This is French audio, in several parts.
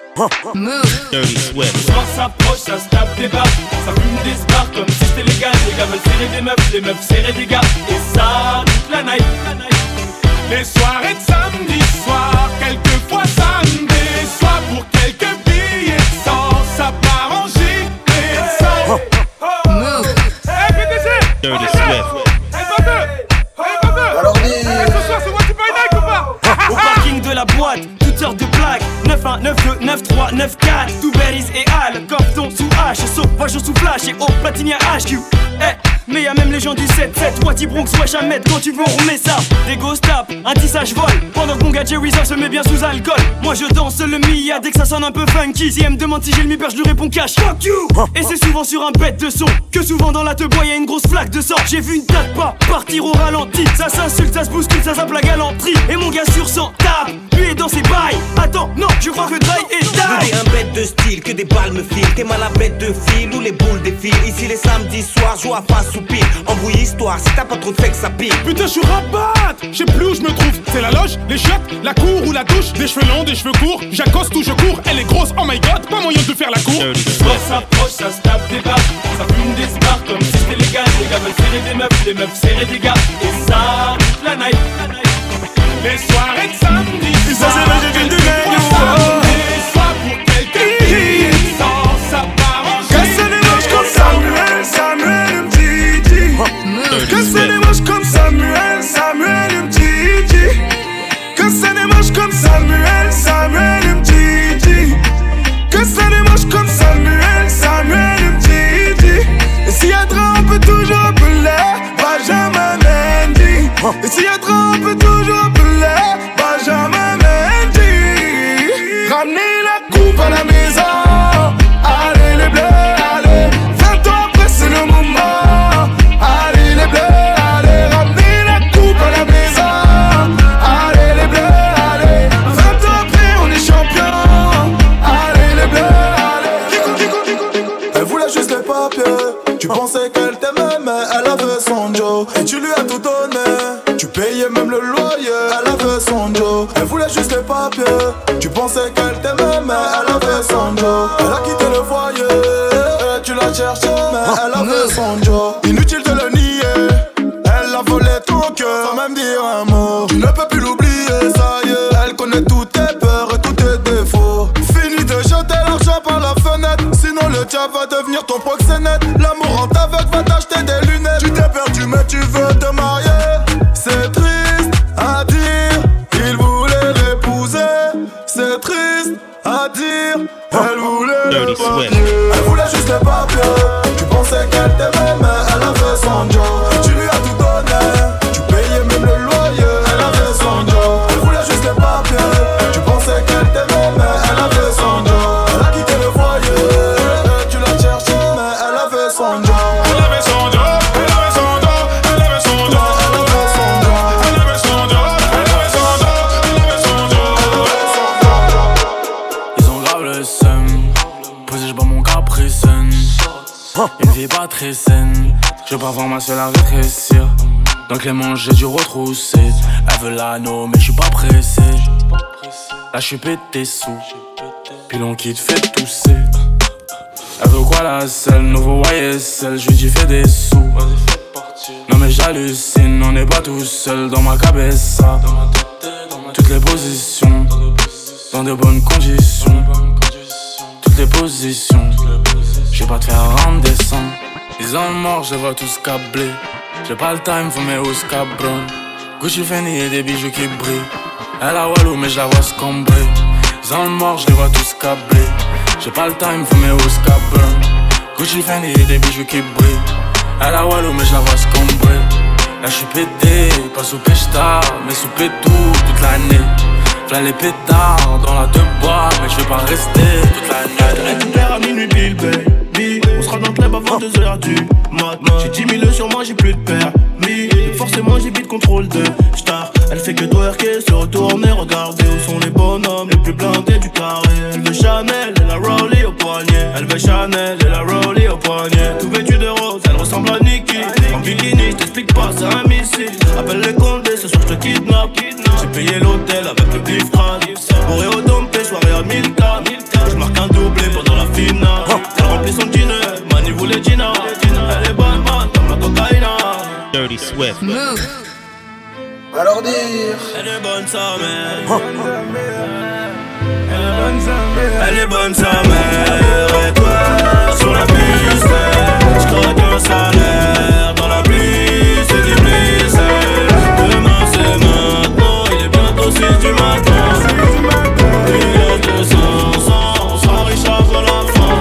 Move. Dirty Swift. Le soir s'approche, ça se tape des barres. Ça fume des spars comme si c'était légal. Les gars veulent serrer des meufs, les meufs serrer des gars. Et ça, toute la night. Les soirées de samedi soir, quelquefois ça me déçoit. Pour quelques billets de sang, ça part en gibet. Move. Hey PDG, Dirty Swift. Alors dis, ce soir c'est moi qui paye Nike ou pas? Au parking de la boîte, toutes sortes de plaques. 9-1, 9-2, 9-3, 9-4. Tout Berries et Al, Corton sous H. Sauvage sous flash et au Platinia HQ. Mais y'a même les gens du 7-7. Wati Bronx, wesh Ahmed, quand tu veux on remet ça. Des ghost tap, un tissage vol. Pendant que mon gars Jerry se met bien sous alcool. Moi je danse le Mia dès que ça sonne un peu funky. Si elle me demande si j'ai le mi-père, je lui réponds cash. Fuck you. Et c'est souvent sur un bête de son que souvent dans la te-bois y'a une grosse flaque de sang. J'ai vu une tête pas partir au ralenti. Ça s'insulte, ça se bouscule, ça zappe la galanterie. Et mon gars sur 100 tape, lui est dans ses bails. Attends, non, je crois que Dry est die. un bête de style, que des balles me filent. T'es mal à bête de fil ou les boules défilent. Ici les samedis soirs, joue à face ou pire. Embrouille histoire, si t'as pas trop de fait que ça pique. Putain, je suis rabat, je sais plus où je me trouve. C'est la loge, les chiottes, la cour ou la douche. Des cheveux longs, des cheveux courts, j'accoste ou je cours. Elle est grosse, oh my god, pas moyen de faire la cour. Le soir s'approche, ça se tape des barres. Ça fume des spars comme si c'était légal. Les gars veulent serrer des meufs, les meufs serrer des gars. Et ça, toute la night. Les soirées de samedi Et ça, c'est la j'ai du gagne. Soit pour quelques billets de sang, ça part en gibet. Casse les manches comme Samuel, Samuel Mtiti. Casse les manches comme Samuel, Samuel Mtiti. Casse les manches comme Samuel, Samuel Mtiti. Casse les manches comme Samuel, Samuel Mtiti. Et s'il y a trop, on peut toujours appeler Benjamin Mendy. Et s'il y a trop, on peut toujours appeler Benjamin Mendy. Ramenez la coupe à la maison. Allez les bleus, allez. 20 ans après c'est le moment. Allez les bleus, allez. Ramenez la coupe à la maison. Allez les bleus, allez. 20 ans après on est champion. Allez les bleus, allez. Elle voulait juste les papiers. Tu pensais qu'elle t'aimait mais elle avait son Joe. Et tu lui as tout donné. Tu payais même le loyer. Elle avait son Joe. Elle voulait juste les papiers. Tu pensais qu'elle t'aimait mais elle avait son Joe. Elle a quitté le foyer. Et tu l'as cherché mais elle avait son Joe. Inutile de le nier. Elle a volé ton cœur sans même dire un mot. Tu ne peux plus l'oublier, ça y est. Elle connaît toutes tes peurs et tous tes défauts. Fini de jeter l'argent par la fenêtre. Sinon le diable va devenir ton proxénète. L'amour en t'aveugle va t'acheter des lunettes. Tu t'es perdu mais tu veux te marier. C'est triste à dire, il voulait l'épouser. C'est triste à dire, elle voulait les papiers. Elle voulait juste les papiers. Tu pensais qu'elle t'aimait mais elle avait son Joe. Tu lui as tout donné. Tu payais même le loyer. Elle avait son Joe. Elle voulait juste les papiers. Tu pensais qu'elle t'aimait mais elle avait son Joe. Elle a quitté le foyer. Tu l'as cherché mais elle avait son Joe. Elle avait son Joe, elle avait son Joe, elle avait son Joe. Elle avait son Joe, elle avait son Joe, elle avait son Joe. Ils ont grave le seum. Posé, j'bats mon caprice. Une vie pas très saine. Je veux pas voir ma seule à rétrécir. Donc les manches j'ai dû retrousser. Elle veut l'anneau mais j'suis pas pressé. Là j'suis pété sous. Pilon qui te fait tousser. Elle veut quoi la selle, nouveau YSL. J'lui dis fais des sous. Non mais j'hallucine, on n'est pas tout seul dans ma cabessa. Toutes les positions, dans de bonnes conditions. Toutes les positions, j'ai pas te faire rendre descendre. Ils ont mort, je les vois tous câblés. J'ai pas le time, faut mes housses cabron. Gucci Fendi et des bijoux qui brillent. Elle a Walou mais je la vois se combrer. Ils ont mort, je les vois tous câblés. J'ai pas le time, faut mes housses cabron. Gucci Fendi et des bijoux qui brillent. Elle a Walou mais je la vois se combrer. Là j'suis pété, pas sous péchtard, mais sous pétou toute l'année. V'là les pétards dans la deux bois, mais j'vais pas rester toute la nuit. Elle récupère à minuit pile, baby. On sera dans le club avant 2h du mat. J'ai 10 000 sur moi, j'ai plus de permis. Donc forcément j'ai vite contrôle de star. Elle fait que twerker, se retourner, regarder où sont les bonhommes les plus blindés du carré. Elle veut Chanel et la Rollie au poignet. Elle veut Chanel et la Rollie au poignet. Tout vêtu de rose, elle ressemble à Nicki. En bikini, j't'explique pas, c'est un missile. Appelle les condés, ce soir j'te kidnappe. J'ai payé l'hôtel avec le beef crade. Bourré au dompé, soirée à 1000K. Swift. Move. Alors dire. Elle est bonne sa mère. Elle est bonne sa mère. Et toi sur la piste, j'croque un salaire. Dans la pluie c'est du bliss. Demain c'est maintenant, il est bientôt 6 du matin. Il y a 200, on sera riche avant la fin.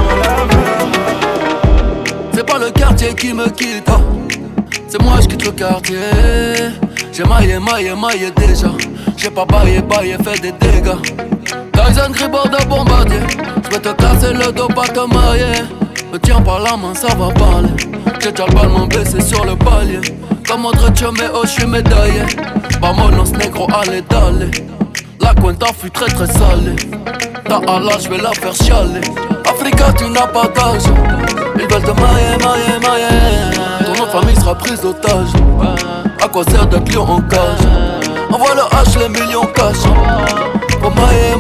C'est pas le quartier qui me quitte, c'est moi je quitte le quartier. J'ai maillé déjà. J'ai pas baillé, fait des dégâts. Tyson Gribord de bombardier. J'vais te casser le dos, pas te mailler. Me tiens par la main, ça va parler. J'ai déjà le ballon blessé sur le palier. Comme Odre mais oh j'suis médaillé. Vamonos negro, allez d'aller. La cuenta fut très très salée. Ta Allah, j'vais la faire chialer. Africa, tu n'as pas d'âge. Ils veulent te mailler. Ton nom de famille sera prise d'otage. À quoi sert d'être lion en cage? Envoie le H, les millions cash. Oh mailler.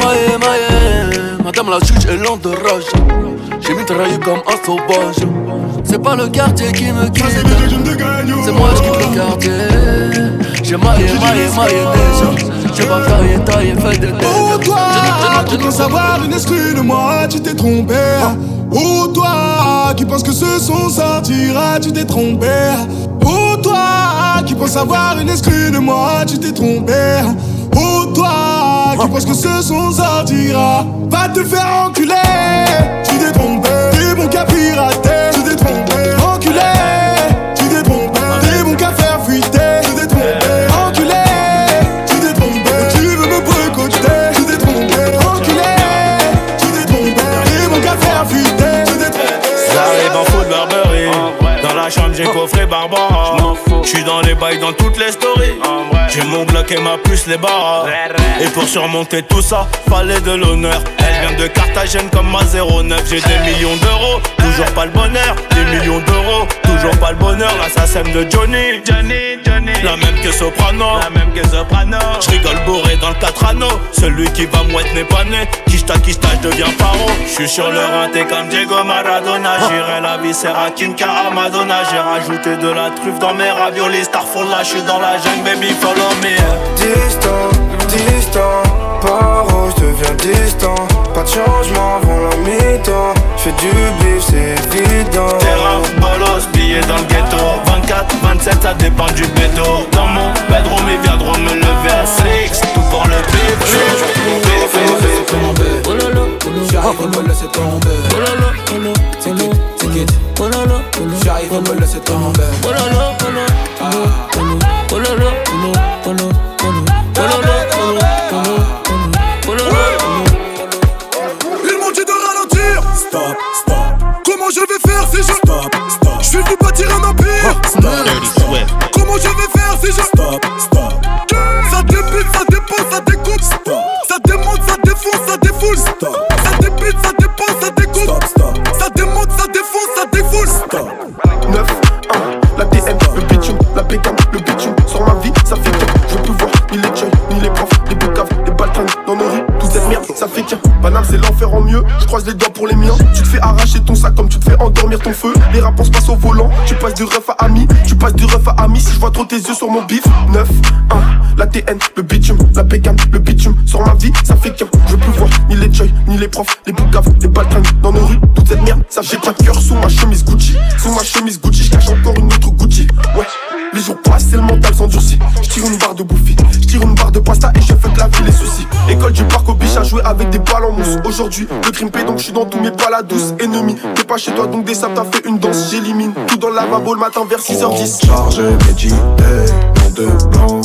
Madame la juge est lente de rage. J'ai mitraillé comme un sauvage. C'est pas le quartier qui me quitte, c'est moi je quitte le quartier. J'ai maillé déjà. J'ai pas taillé, fait des dégâts. Oh toi, qui pense avoir une exclue de moi, tu t'es trompé. Oh toi, qui pense que ce son sortira, tu t'es trompé. Oh toi, qui pense avoir une exclue de moi, tu t'es trompé. Oh toi, qui pense que ce son sortira, va te faire enculer. Tu t'es trompé, t'es bon qu'à pirater. Tu t'es trompé, enculé. Tu t'es trompé, t'es bon qu'à faire fuiter. Tu t'es trompé, enculé. Tu t'es trompé, tu veux me boycotter. Tu t'es trompé, enculé. Tu t'es trompé, t'es bon qu'à faire fuiter. Tu t'es trompé. J'arrive en foot Burberry. Dans la chambre j'ai coffré Barbara. J'suis dans les bails dans toutes les stories. J'ai mon Glock et ma puce les barres. Et pour surmonter tout ça, fallait de l'honneur. Elle vient de Carthagène comme ma 09. J'ai des millions d'euros, toujours pas le bonheur. Des millions d'euros, toujours pas le bonheur. L'assassin de Johnny, la même que Soprano. J'rigole bourré dans le 4 anneaux. Celui qui va mouette n'est pas né. Kishta, je deviens paro. J'suis sur le rinté comme Diego Maradona. J'irai la viscère à Kinka à Madonna. J'ai rajouté de la truffe dans mes raviolis. Starfall là, j'suis dans la jungle, baby, follow me. Distant, paro, j'deviens distant. Pas de changement avant la mi-temps. J'fais du bif, c'est évident. Terrain, bolos, billets dans le ghetto. 24, 27, ça dépend du béto. Dans mon bedroom, ils viendront me lever à 6. Tout pour le bif. J'arrive à me laisser tomber. Ticket, j'arrive à me laisser tomber. Ils m'ont dit de ralentir. Stop. Comment je vais faire si je stop. Je vais vous bâtir un empire. Comment je vais faire si je stop. Ça débute, ça dépose, ça découpe. Ça démonte, ça défonce, ça défoule. Ça débute, ça dépose, ça découpe. Ça démonte, ça défonce, ça défoule. 9, 1, la TN, le bitume, la bécane, le bitume. Sur ma vie, ça fait qu'un. Je veux plus voir ni les joy, ni les profs, les boucaves, les baltringues dans nos rues. Toute cette merde, ça fait qu'un. Paname, c'est l'enfer en mieux. Je croise les doigts pour les miens. Tu te fais arracher ton sac comme tu te fais endormir ton feu. Les rapports se passent au volant. Tu passes du ref à ami. Si je vois trop tes yeux sur mon bif. 9, 1, la TN, le bitume, la bécane, le bitume. Sur ma vie, ça fait qu'un. Je veux plus voir ni les joy, ni les profs, les boucaves, les baltringues dans nos rues. Toute cette merde, ça fait pas de cœur sous ma chemise Gucci. Sous ma chemise Gucci, je cache encore une autre Gucci. Ouais. Les jours passent, c'est le mental s'endurcit. J'tire une barre de bouffi, j'tire une barre de pasta et je fais que la vie les soucis. École du parc au biche à jouer avec des balles en mousse. Aujourd'hui, le crime paie donc j'suis dans tous mes balles à douce. Ennemi, t'es pas chez toi donc des sables t'as fait une danse. J'élimine tout dans le lavabo le matin vers 6h10. Chargé, médité, nom de blanc.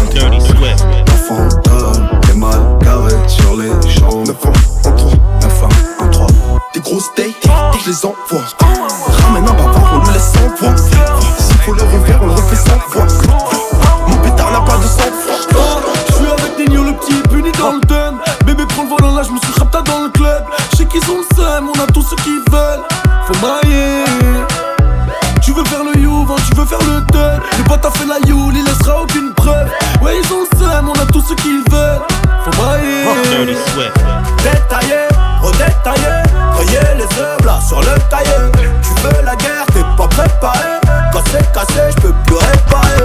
La fantôme, les mal carrés sur les jambes. 9 ans en 3, 9 ans, en 3. des gros steaks, je les envoie. Ramène un bavard, on le laisse sans voix. S'il faut le refaire, on le refait 100 fois. Mon pétard n'a pas de sang-froid. Je suis avec des nions, le petit puni dans le thème. Bébé prend le volant là, je me suis rapta dans le club. Je sais qu'ils ont le seum, on a tout ce qu'ils veulent. Faut mailler. Tu veux faire le youvan, tu veux faire le tel. Le pote a fait la youle, il laissera aucune preuve. Ouais ils ont le seum, on a tout ce qu'ils veulent. Faut mailler. Détaillé, redétaillé. Rayer les œuvres là sur le tailleur. Tu veux la guerre, t'es pas préparé. Quand c'est cassé, j'peux plus réparer.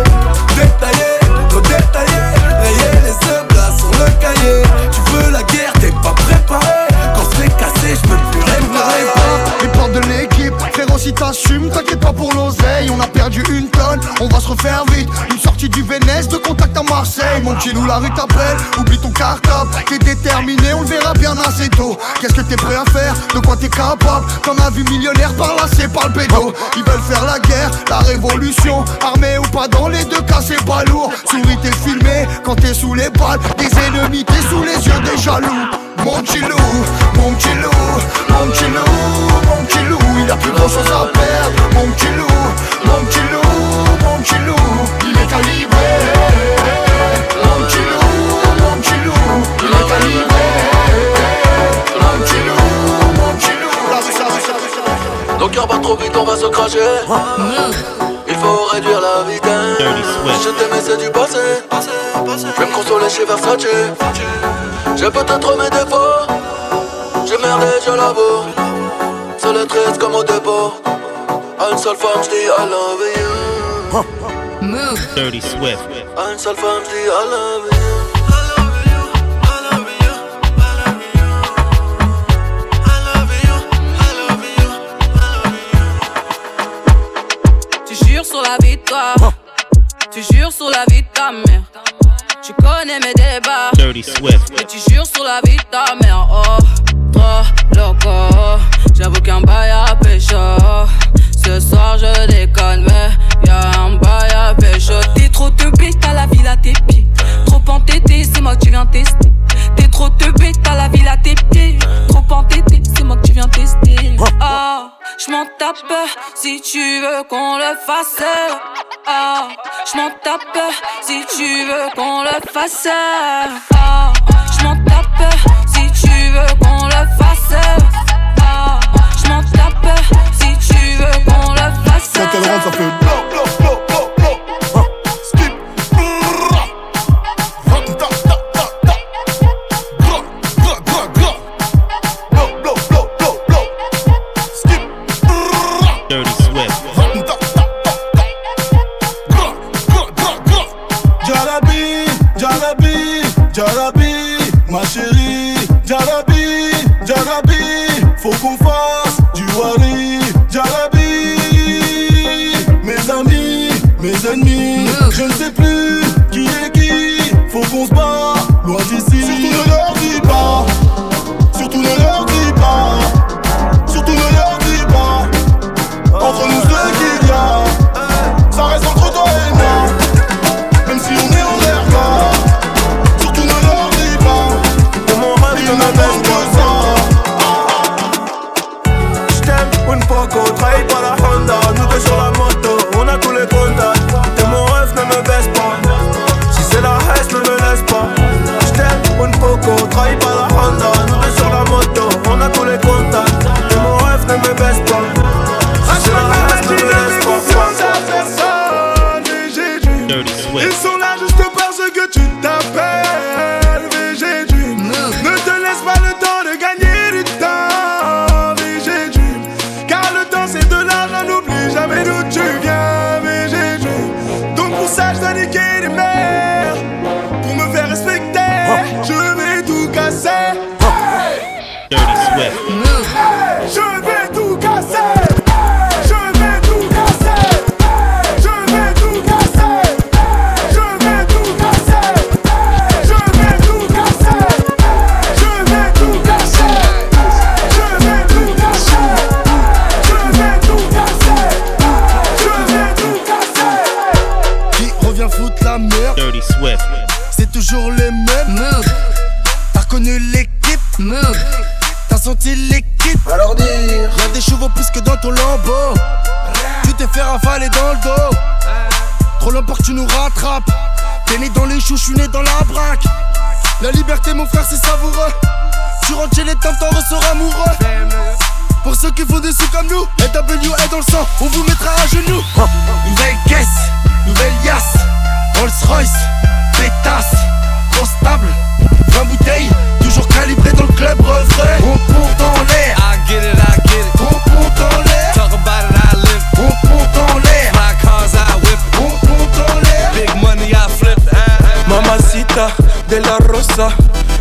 sorti du Vénès, de contact à Marseille. Mon petit loup, la rue t'appelle, oublie ton cartable. T'es déterminé, on le verra bien assez tôt. Qu'est-ce que t'es prêt à faire, de quoi t'es capable? T'en as vu millionnaire par là, c'est pas le bédo. Ils veulent faire la guerre, la révolution. Armé ou pas, dans les deux cas c'est pas lourd. Souris t'es filmé, quand t'es sous les balles des ennemis, t'es sous les yeux des jaloux. Mon petit loup, mon petit loup, mon petit loup, mon petit loup, il a plus grand chose à perdre. Mon petit loup, mon petit loup, mon petit loup, il est calibré. Mon petit loup, il est calibré. Mon petit loup, Nos cœurs battent trop vite, on va se cracher. Il faut réduire la vitesse. Je t'aimais, c'est du passé. Je vais me consoler chez Versace. J'ai peut-être mes défauts. J'ai merdé, je l'avoue. Seul et triste comme au dépôt. À une seule femme, j'dis I love you. Move. Dirty Swift. À une seule femme, j'dis I love you. Sur la victoire, tu jures sur la vie de ta mère. Tu connais mes débats, Dirty Swift. mais tu jures sur la vie de ta mère. Oh, trop loco, j'avoue qu'un bail à pécho. Ce soir je déconne, mais y'a un bail à pécho. T'es trop teubé, t'as la ville à tes pieds. Trop entêté, c'est moi que tu viens tester. T'es trop teubé, t'as la ville à tes pieds. Trop entêté, c'est moi que tu viens tester. Ah, j'm'en tape si tu veux qu'on le fasse. Ah, j'm'en tape si tu veux qu'on le fasse. Ah, j'm'en tape si tu veux qu'on le fasse. Ah, j'm'en tape si tu veux qu'on le fasse. Quand elle rentre, ça fait blow, blow, blow, blow, blow. Skip. Dirty Swift. Jarabi, Jarabi, Jarabi, ma chérie. Jarabi, Jarabi, faut qu'on fasse du wari. Jarabi, mes amis, mes ennemis, je ne sais plus qui est qui. Faut qu'on se bat, loin d'ici. Surtout ne leur dis pas. Surtout ne leur dis pas. Surtout ne leur dis pas. Entre nous ce qu'il y a, ça reste entre toi et moi. Même si on est en l'air bas, surtout ne leur dis pas. Pour mon rêve, je ne baisse que ça. J't'aime, une poco, trahis par la Honda. Nous deux sur la moto, on a tous les contacts. T'es mon rêve, ne me baisse pas. Si c'est la haine, ne me laisse pas. J't'aime, une poco, trahis par la Honda. Nous deux sur la moto, on a tous les contacts. T'es mon rêve, ne me baisse pas. Ils sont là juste parce que tu t'appelles VG Dream. Ne te laisse pas le temps de gagner du temps, VG Dream. Car le temps c'est de l'argent, n'oublie jamais d'où tu viens, VG Dream. Donc pour ça je dois niquer les mères. Pour me faire respecter, je vais tout casser. Dirty Swift. Je vais tout casser. Dirty Swift. C'est toujours les mêmes. T'as reconnu l'équipe. T'as senti l'équipe. Alors dire, y'a des chevaux plus que dans ton lambeau. Tu t'es fait ravaler dans le dos. Trop longtemps que tu nous rattrapes. T'es né dans les choux, j'suis né dans la braque. La liberté mon frère c'est savoureux. Tu rentres chez les temps, t'en ressors amoureux. Pour ceux qui font des sous comme nous, LWA dans le sang, on vous mettra à genoux. Nouvelle caisse, nouvelle yasse, Rolls Royce, pétasse, constable, 20 bouteilles, toujours calibré dans le club refrain. On monte en l'air, I get it, I get it. On monte en l'air, talk about it, I live. On monte en l'air, fly cars, I whip. On monte en l'air, big money, I flip. Mamacita de la Rosa,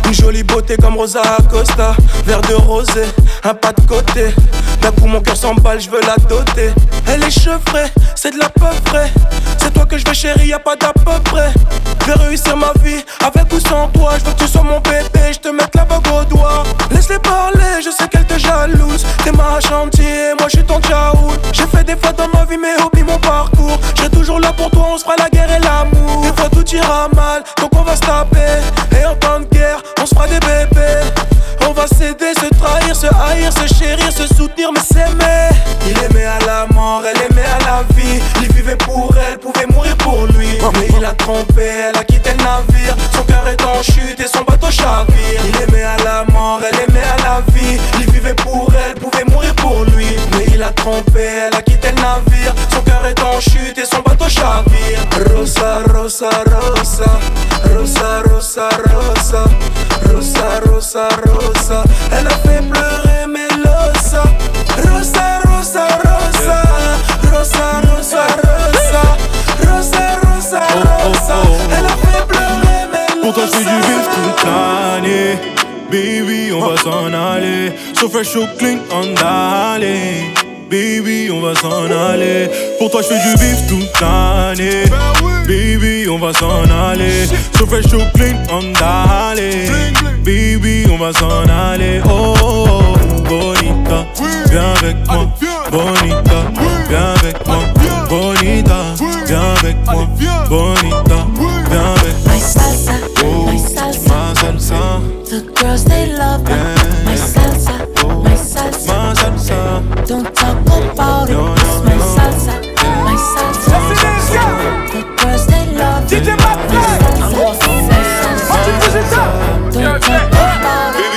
Une jolie beauté comme Rosa Acosta. Verre de rosé, un pas de côté. D'un coup mon cœur s'emballe, je veux la doter. Elle est chevrée, c'est de la peu frais. C'est toi que je veux chérie, y'a pas d'à peu près. Je vais réussir ma vie, avec ou sans toi. Je veux que tu sois mon bébé, je te mette la bague au doigt. Laisse-les parler, je sais qu'elle te jalouse. T'es ma chantier, moi je suis ton Jaoul. J'ai fait des fois dans ma vie, mais oublie mon parcours. J'serai toujours là pour toi, on se fera la guerre et l'amour. Des fois tout ira mal, donc on va se taper. Et en temps de guerre, on se fera des bébés. On va s'aider, se trahir, se haïr, se chérir, se soutenir, mais s'aimer. Il aimait à la mort, elle aimait à la vie. Il vivait pour elle, pouvait mourir pour lui. Mais il a trompé, elle a quitté le navire. Son cœur est en chute et son bateau chavire. Il aimait à la mort, elle aimait à la vie. Il vivait pour elle, pouvait mourir pour lui. Mais il a trompé, elle a quitté le navire. Son cœur est en chute et son bateau chavire. Rosa, Rosa, Rosa. Rosa, Rosa, Rosa. Rosa, Rosa, Rosa. Elle a fait pleurer Melosa. Rosa, Rosa, Rosa. Rosa, Rosa, Rosa. Rosa, Rosa, Rosa. Elle a fait pleurer Melosa. Pour toi je fais du bif toute l'année. Baby on va s'en aller. So fresh, so clean, on d'aller. Baby on va s'en aller. Pour toi je fais du bif toute l'année. Baby on va s'en aller. So fresh, so clean, on d'aller. Baby on va s'en aller. Oh, oh, oh, bonita, viens avec moi. Bonita, viens avec moi. Bonita, viens avec moi. Bonita, viens avec moi. My salsa, oh, my salsa, ma salsa. The girls they love yeah. My salsa, my salsa, ma salsa. Don't talk about it, it's my salsa, my salsa. The girls they love DJ Matfly. Don't talk about it.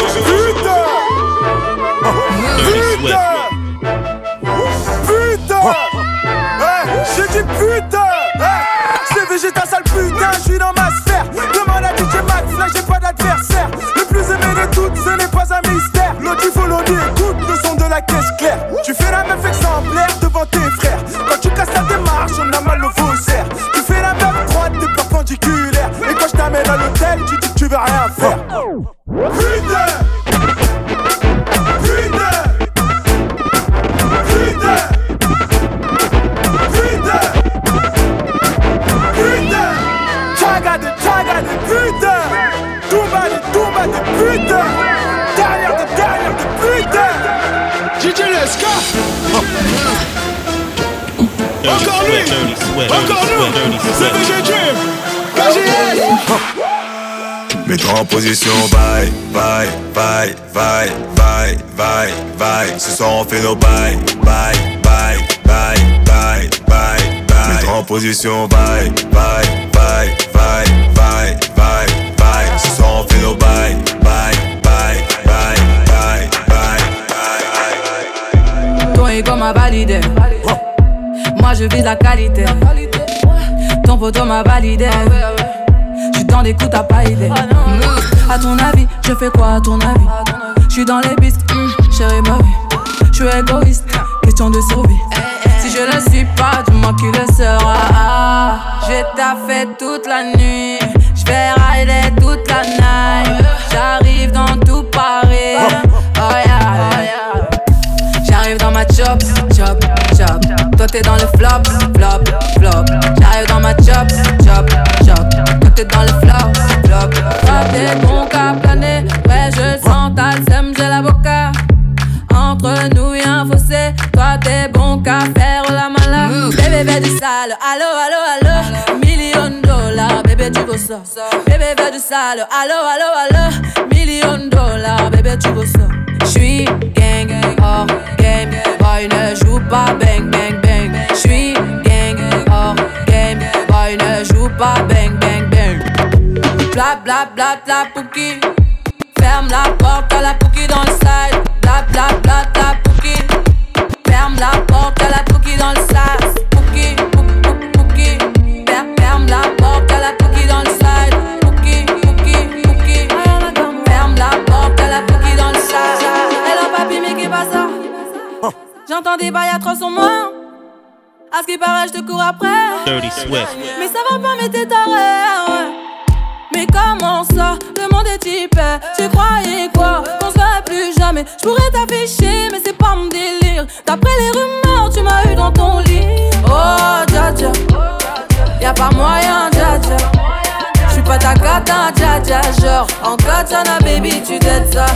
Putain, j'ai dit putain. C'est végétal sale putain, je suis dans ma sphère. Demande à DJ Matfly, j'ai pas d'adversaire. Le plus aimé de toutes, ce n'est pas un mystère. L'autre il faut l'audio, écoute le son de la caisse claire. Tu fais la meuf exemplaire devant tes frères. Quand tu casses la démarche, on a mal au faussaire. Tu fais la meuf droite, t'es perpendiculaire. Et quand je t'amène à l'hôtel, tu dis que tu veux rien faire. Putain, putain, putain, putain, putain. Tchagade, putain. Toumba de putain. Derrière de putain. DJ Leska. Encore lui. Encore nous. C'est VG Dream. KGS. Mets-toi en position, bye, bye, bye, bye, bye, bye, bye. Ce soir on fait nos bye, bye, bye, bye, bye, bye, bye. Mets-toi en position, bye, bye, bye, bye, bye, bye, bye. Ce soir on fait nos bye, bye, bye, bye, bye, bye, bye. Ton ego m'a validé. Moi je vise la qualité. Ton poteau m'a validé. J'suis dans des coups, t'as pas idée. À ton avis, je fais quoi à ton avis? J'suis dans les pistes, chérie ma vie. J'suis égoïste, question de survie. Si je le suis pas, dis-moi qui le sera. J'ai taffé toute la nuit, j'vais rider toute la night. J'arrive dans tout Paris, oh yeah. J'arrive dans ma chop, chop, chop. Toi t'es dans le flop, flop, flop. J'arrive dans ma chop, chop, chop. Toi t'es dans le flop, flop. Toi t'es bon qu'à planer. Ouais je sens t'as le seum, j'ai l'avocat. Entre nous y'a un fossé. Toi t'es bon qu'à faire la malade. Bébé veut du sale, allo, allo, allo. $1,000,000, bébé tu veux ça. Bébé veut du sale, allo, allo, allo. $1,000,000, bébé tu veux ça. J'suis gang, hors game. Boy ne joue pas bang, bang, bang. J'suis gang, hors game. Boy ne joue pas bang, bang, bang. Bla bla bla bla pouki. Ferme la porte à la pouki dans le side. Bla bla bla bla pouki. Ferme la porte à la pouki dans le side. Pouki, pouki. Ferme la porte à la pouki dans le side. Pouki, pouki. Ferme la porte à la pouki dans le side. Hello papi mais qu'est pas ça? J'entends des bails à 300 mois. À ce qui paraît je te cours après. Dirty Swift. Mais ça va pas mais t'es taré, ouais. Mais comment ça, le monde est hyper. Tu croyais quoi, qu'on se verrait plus jamais. J'pourrais t'afficher mais c'est pas mon délire. D'après les rumeurs tu m'as eu dans ton lit. Oh dja dja, y'a pas moyen dja dja. J'suis pas ta cata dja dja. Genre en katana baby tu t'aides ça.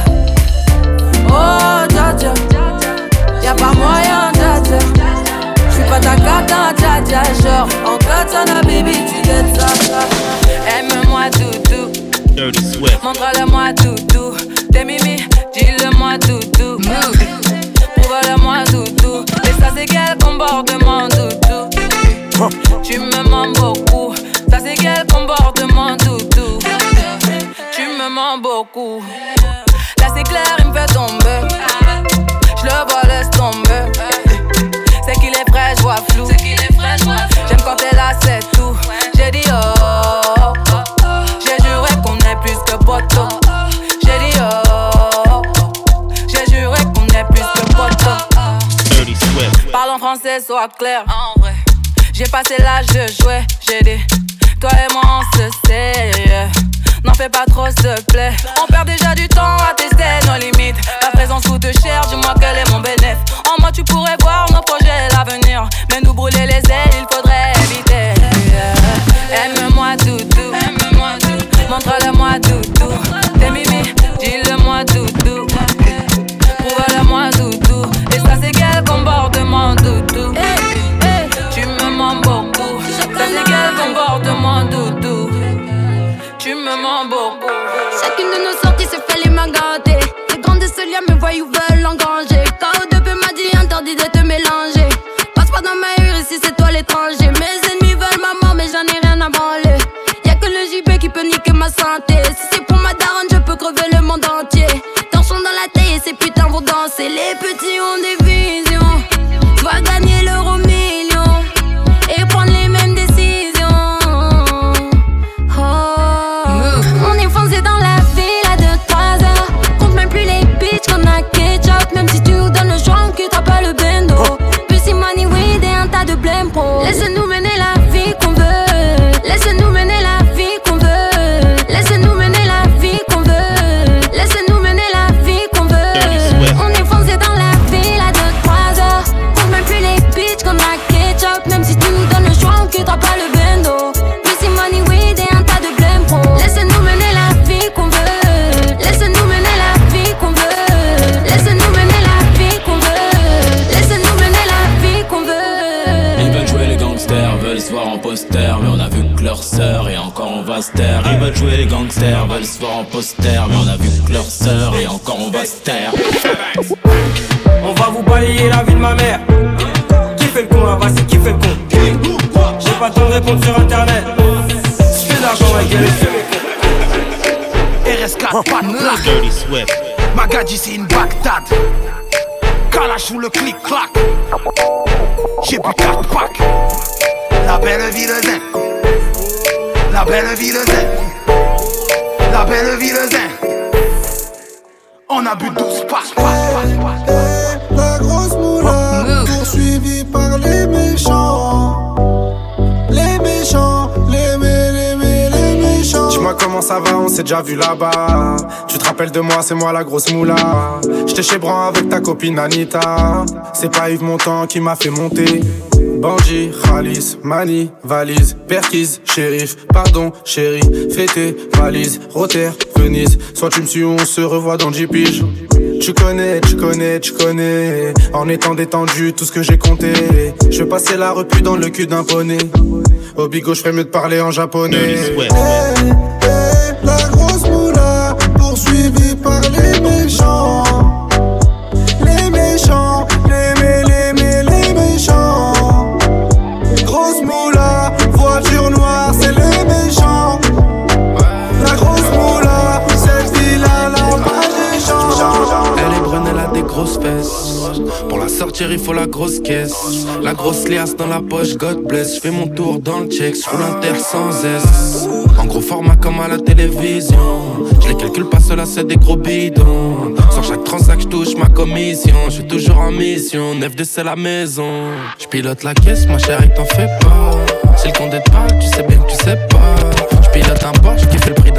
Oh dja dja, y'a pas moyen dja dja. J'suis pas ta cata dja dja. Genre en katana baby tu t'aides ça. Aime-moi toutou, Dirty Swift. montre-le-moi toutou. T'es mimi, dis-le-moi toutou. Prouve-le-moi toutou. Et ça c'est quel comportement toutou. Tu me mens beaucoup. Ça c'est quel comportement toutou. Tu me mens beaucoup. Là c'est clair il me fait tomber. Je le vois laisse tomber. C'est qu'il est frais, je vois flou. J'aime quand t'es là, c'est tout. J'ai dit oh, j'ai juré qu'on est plus que poteau. J'ai dit oh, j'ai juré qu'on est plus que poteau. Dirty Swift. Parle en français, sois clair. En vrai, j'ai passé l'âge de jouer. J'ai dit, toi et moi on se sait. N'en fais pas trop s'il te plaît. On perd déjà du temps à tester nos limites. La présence coûte cher, dis-moi quel est mon bénéfice. En moi tu pourrais voir nos projets et l'avenir. Mais nous brûler les ailes, il faudrait éviter. Aime-moi toutou, montre-le-moi toutou. T'es mimi, dis-le-moi toutou. Prouve-le-moi toutou. Et ça c'est quel comportement toutou. Tu me mens beaucoup. Ça c'est quel comportement toutou. Tu me mens beaucoup. Chacune de nos sorties se fait les mains gâtées. Les grands de ce lien me voyous veulent engranger. KO2P m'a dit interdit de te mélanger. Passe pas dans ma rue ici c'est toi l'étranger. Mes ennemis veulent ma mort mais j'en ai rien à branler. Y'a que le JB qui peut niquer ma santé. Si c'est pour ma daronne je peux crever le monde entier. Torchons dans la taille et ces putains vont danser. Les petits ont des visions. Dois gagner l'euro million et prendre les mêmes décisions. On est foncé dans la ville à 2-3 heures. Compte même plus les bitches qu'on a ketchup. Même si tu nous donnes le choix on quittera pas le bendo. Pussy money weed et un tas de blême pro. Laisse-nous mener la vie qu'on veut. Laisse-nous mener la vie qu'on veut. Laisse-nous mener la vie qu'on veut. Laisse-nous mener la vie qu'on veut. On est foncé dans la ville à 2-3 heures. Compte même plus les bitches qu'on a ketchup. Même si tu nous donnes le choix on quittera pas le bendo. Pussy money weed et un tas de blême pro. Laisse-nous mener la vie qu'on veut. Laisse-nous mener la vie qu'on veut. Laisse-nous mener la vie qu'on veut. Laisse-nous mener la vie qu'on veut. Ils veulent jouer les gangsters, veulent se voir en poster. Mais on a vu que leur sœur et encore on va se taire. Ils veulent jouer les gangsters, veulent se voir en poster. Mais on a vu que leur sœur et encore on va se taire. On va vous balayer la vie de ma mère. Qui fait le con là, vas-y, qui fait le con. J'ai pas le temps de répondre sur internet. J'fais de l'argent la gueule, j'fais mes cons. RS4, pas de plaque. Dirty Swift. Magadji c'est une Bagdad. Kalash ou le clic-clac. J'ai bu 4 packs. La belle ville zen. La belle ville zen. La belle ville zen. On a bu 12 packs. La grosse moula, poursuivie par les méchants. Les méchants, les méchants. Dis-moi comment ça va, on s'est déjà vu là-bas. Tu te rappelles de moi, c'est moi la grosse moula. J'étais chez Bran avec ta copine Anita. C'est pas Yves Montand qui m'a fait monter. Bandit, Khalis, Mani, valise, Perquise, shérif, pardon, chérie, fêté, valise, Rotter, Venise. Soit tu me suis ou on se revoit dans 10 piges. Tu connais, en étant détendu, tout ce que j'ai compté. Je vais passer la repu dans le cul d'un poney. Au bigot, je ferais mieux de parler en japonais. La grosse moula, poursuivie par les méchants. Les méchants, les méchants. Grosse moula, voiture noire, c'est les méchants. La grosse moula, cette ville-là, la page échange. Elle est brune, elle a des grosses fesses. Pour la sortir, il faut la grosse caisse. La grosse liasse dans la poche, God bless. J'fais mon tour dans le check, j'roule un terre sans S. En gros format comme à la télévision. J'les calcule pas, cela c'est des gros bidons. Sur chaque transac, j'touche ma commission. J'suis toujours en mission, 9-2 c'est la maison. J'pilote la caisse, ma chérie, t'en fais pas. Si le compte est pas, tu sais bien que tu sais pas. J'pilote un Porsche qui fait le prix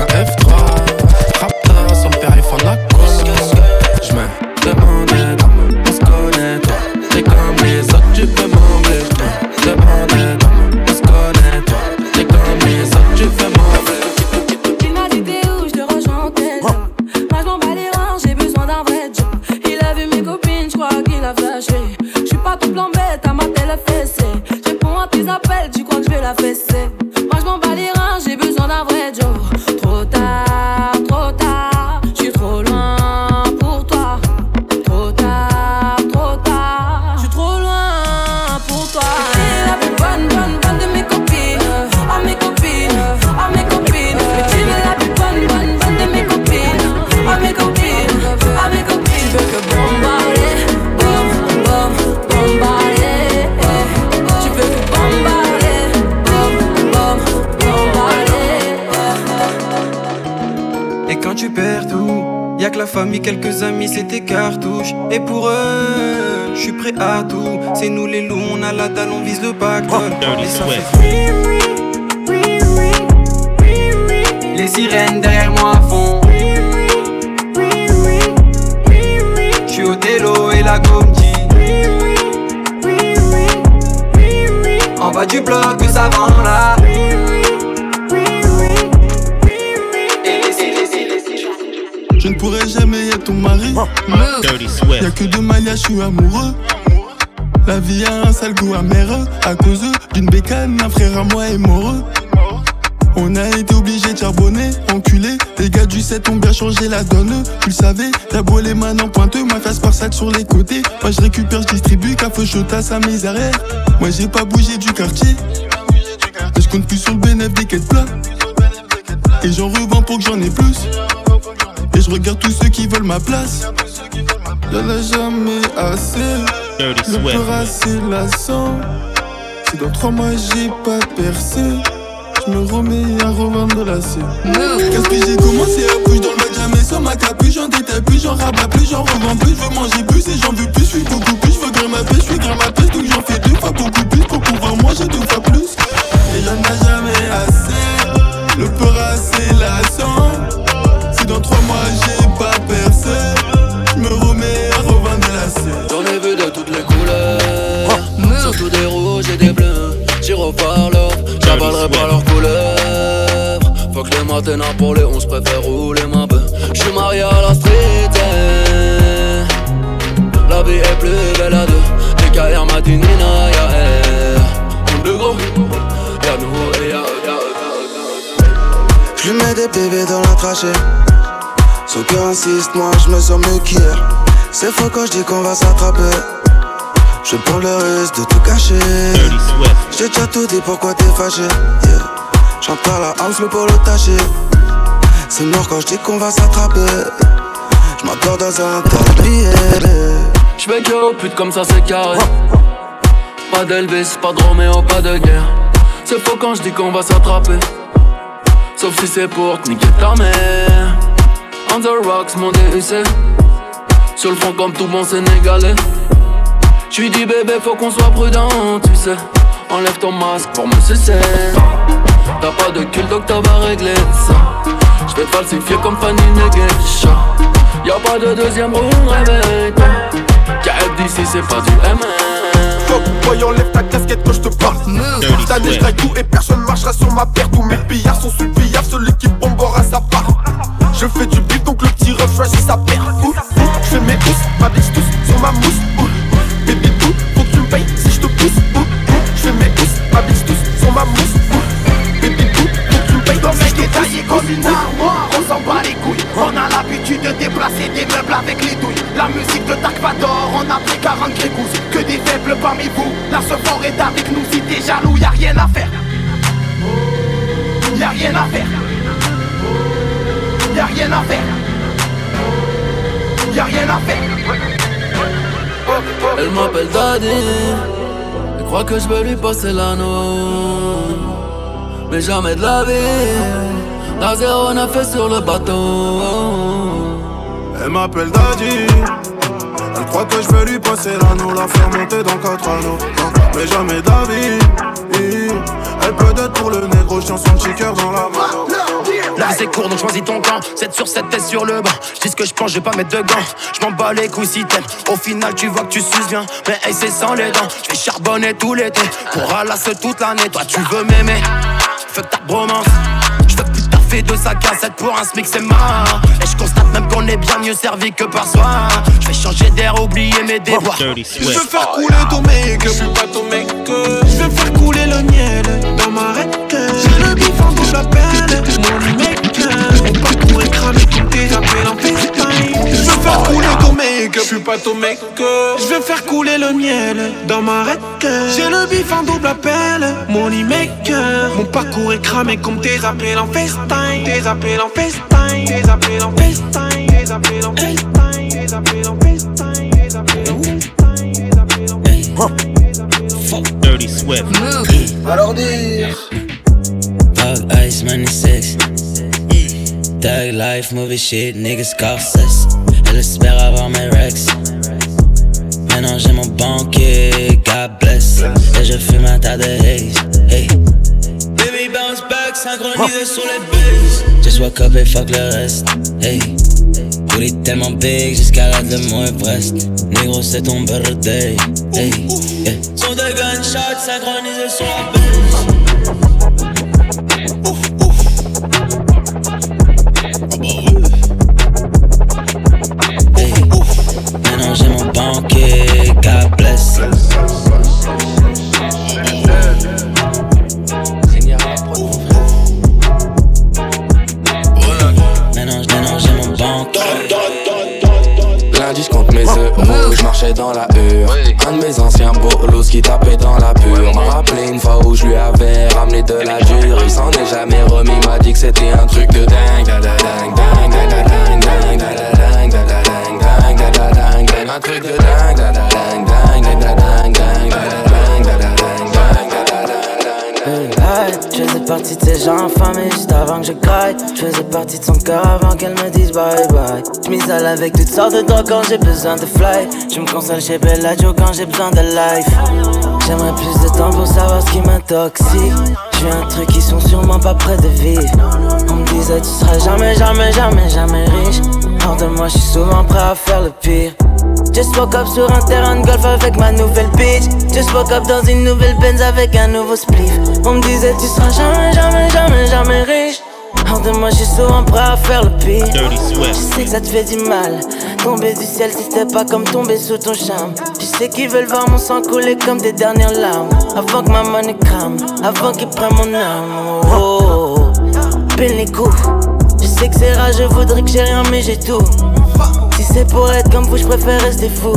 perds tout. Y'a que la famille, quelques amis, c'est tes cartouches. Et pour eux, je suis prêt à tout. C'est nous les loups, on a la dalle, on vise le pactole. Et ça fait les sirènes derrière moi font. J'suis au télo et la gomme dit. En bas du bloc que ça vend là. Je ne pourrai jamais être ton mari. Y'a que de Maya, je suis amoureux. La vie a un sale goût amer. À cause d'une bécane, un frère à moi est mort. On a été obligé de charbonner, enculé. Les gars du 7 ont bien changé la donne. Tu le savais, t'as beau les mains en pointeux. Ma face par sac sur les côtés. Moi je récupère, je distribue. Café chaud à sa misère. Moi j'ai pas bougé du quartier. Et je compte plus sur le bénéf des quêtes plats. Et j'en revends pour que j'en ai plus. Et je regarde tous ceux qui veulent ma place. Y'en a jamais assez. Le peur assez lassant. Si dans 3 mois j'ai pas percé, je me remets à revendre de la C. Qu'est-ce que j'ai commencé à bouger dans le bac, jamais sans ma capuche. J'en détaille plus, j'en rabats plus, j'en revends plus. Je veux manger plus et j'en veux plus, je suis beaucoup plus. Je veux grimper ma pêche, je suis grimper ma pêche. Donc j'en fais 2 fois beaucoup plus pour pouvoir manger 2 fois plus. Et y'en a jamais assez. Le peur assez lassant. Si dans 3 mois j'ai pas percé, je me remets à revendre de la C. J'en ai vu de toutes les couleurs, surtout des rouges et des bleus. J'y repars l'or, j'avalerai pas leurs couleurs. Fuck les matins pour les 11, préfère rouler ma bœuf. J'suis marié à la street, la vie est plus belle à deux. Les carrières matinina, y'a elle. On de gros, y'a nous et y'a eux. J'lui mets des bébés dans la trachée. Sauf qu'eux insiste, moi j'me sens mieux qu'hier. C'est faux quand j'dis qu'on va s'attraper. Je prends le risque de tout cacher. J'ai déjà tout dit, pourquoi t'es fâché, yeah. J'entre à la house mais pour le tâcher. C'est mort quand j'dis qu'on va s'attraper. J'm'endors dans un tas de billets. J'fais que aux putes comme ça c'est carré. Pas d'Elvis, pas de Roméo, pas de guerre. C'est faux quand j'dis qu'on va s'attraper. Sauf si c'est pour te niquer ta mère. On the rocks, mon DUC. Sur le front comme tout bon Sénégalais. J'lui dis bébé faut qu'on soit prudent, tu sais. Enlève ton masque pour me sucer. T'as pas de cul donc t'as va régler ça. J'vais te falsifier comme Fanny Negesha. Y'a pas de deuxième round, réveille-toi. KF d'ici c'est pas du MM. Fuck boy enlève ta casquette quand j'te parle. Cette année j'graille tout et personne marchera sur ma paire. Tous mes pillards sont sous le billard, celui qui bombe aura sa part. Je fais du bif donc le petit ref choisit sa paire. J'fais mes housses, ma bitch tous sur ma mousse. Baby boo, faut que tu me payes si j'te pousse. J'fais mes housses, ma bitch tous sur ma mousse. Baby boo, faut que tu me payes. Dans mec détaillé comme une armoire, on s'en bat les couilles. On a l'habitude de déplacer des meubles avec les douilles. La musique de Dark Vador, on a pris 40 grégouses. Que des faibles parmi vous, la sephore est avec nous. Si t'es jaloux, y'a rien à faire. Y'a rien à faire. Y'a rien à faire. Y'a rien à faire. Elle m'appelle Daddy. Elle croit que je veux lui passer l'anneau. Mais jamais de la vie. La 09 est sur le bateau. Elle m'appelle Daddy. Elle croit que je vais lui passer l'anneau. La faire monter dans 4 anneaux. Mais jamais d'avis. Elle peut être pour le négro, chien son petit cœur dans la main. La vie c'est court donc choisis ton camp. 7 sur 7 t'es sur le banc. J'dis ce que j'pense, j'vais pas mettre de gants. J'm'en bats les couilles si t'aimes. Au final tu vois que tu suces bien. Mais hey c'est sans les dents. J'vais charbonner tout l'été. Pour ralasser toute l'année. Toi tu veux m'aimer. Fuck ta bromance. J'veux plus taffer de sa cassette pour un smic c'est marrant. Et j'constate même qu'on est bien mieux servi que par soi. J'vais changer d'air, oublier mes déboires. J'veux faire couler ton make. J'suis pas ton mec. J'veux faire couler le miel dans ma règle. J'ai le bif en double appel. Mon mec. On parcourt et cramer comme tes appels en FaceTime. J'veux faire couler ton make. J'suis pas ton mec. J'veux faire couler le miel dans ma règle. J'ai le bif en double appel. Mon maker. Mon parcours est cramé comme tes appels en FaceTime. Tes appels en FaceTime. Tes appels en FaceTime. Tes appels en FaceTime. Tes appels en FaceTime. Tes appels en FaceTime. Dirty Swift. Alors dire Dog Ice, man, it's sex. Tag life, movie shit, niggas Scorsese. Elle espère avoir mes Rex. Maintenant j'ai mon banquier, God bless. Et je fume un tas de haze, hey. Baby bounce back, synchronisé sur les bases. Just walk up et fuck le reste, hey. Booty tellement big jusqu'à la de mon Everest. Négro c'est ton birthday, hey, yeah. Son de gunshot synchronisé sur la base. Hey, maintenant j'ai mon banquier, God bless. Maintenant j'ai mon banquier. Lundi j'compte mes euros, j'marchais dans la hure. Un de mes anciens bolos qui tapait dans la pure. M'a rappelé une fois où je lui avais ramené de la dure. Il s'en est jamais remis, m'a dit que c'était un truc de dingue. Un truc de dingue. Je faisais partie de ces gens affamés juste avant que je graille. Je faisais partie de son cœur avant qu'elle me dise bye bye. Je m'isole avec toutes sortes de drogues quand j'ai besoin de fly. Je me console chez Bellagio quand j'ai besoin de life. J'aimerais plus de temps pour savoir ce qui m'intoxique. J'ai un truc qui sont sûrement pas près de vivre. On me disait tu seras jamais riche. Hors de moi je suis souvent prêt à faire le pire. Just woke up sur un terrain de golf avec ma nouvelle bitch. Just woke up dans une nouvelle Benz avec un nouveau spliff. On me disait tu seras jamais riche. Hors de moi je suis souvent prêt à faire le pire. Je sais que ça te fait du mal. Tomber du ciel c'était pas comme tomber sous ton charme. Je sais qu'ils veulent voir mon sang couler comme des dernières larmes. Avant que ma money crame, avant qu'ils prennent mon âme. Oh, pile les coups. Je sais que c'est rare, je voudrais que j'ai rien mais j'ai tout. Si c'est pour être comme vous, je préfère rester fou.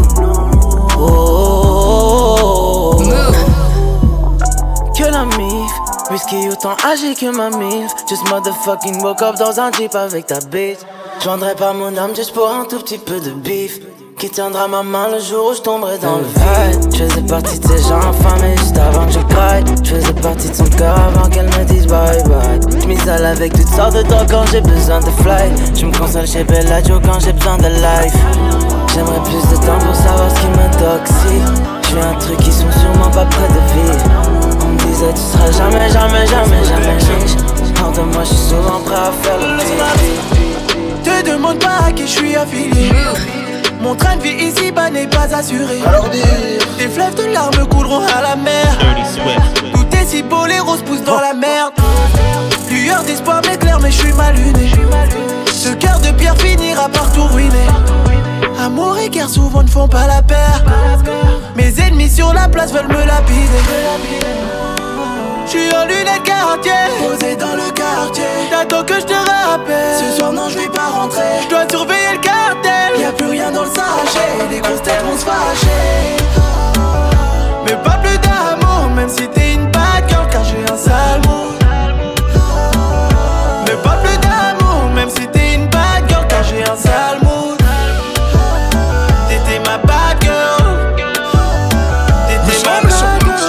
Oh, que la mif, whisky autant âgé que ma mif. Just motherfucking woke up dans un jeep avec ta bitch. Je vendrais pas mon âme juste pour un tout petit peu de bif. Qui tiendra ma main le jour où je tomberai dans le vide. Je faisais partie de ces gens affamés juste avant que je craille. Je faisais partie de son cœur avant qu'elle me dise bye bye. Je m'isole avec toutes sortes de drogues quand j'ai besoin de fly. Je me console chez Bellagio quand j'ai besoin de life. J'aimerais plus de temps pour savoir ce qui m'intoxique. J'ai un truc qui sont sûrement pas près de vivre. On me disait tu seras jamais riche. Hors de moi je suis souvent prêt à faire le pire. Te demande pas à qui je suis affilié. Mon train de vie ici-bas n'est pas assuré. Des fleuves de larmes couleront à la mer. Tout est si beau, les roses poussent dans la merde. Lueur d'espoir m'éclaire mais je suis mal luné. Ce cœur de pierre finira par tout ruiner. Amour et guerre souvent ne font pas la paire. Mes ennemis sur la place veulent me lapider. J'suis en lunettes quartier, posé dans le quartier. T'attends que je te rappelle. Ce soir non je vais pas rentrer. Je dois surveiller le cartel. Y'a plus rien dans le sachet. Les grosses têtes vont se fâcher. Mais pas plus d'amour, même si t'es une bad girl, car j'ai un sale mood. Mais pas plus d'amour, même si t'es une bad girl, car j'ai un sale mood. T'étais ma bad girl. T'étais ma bad girl.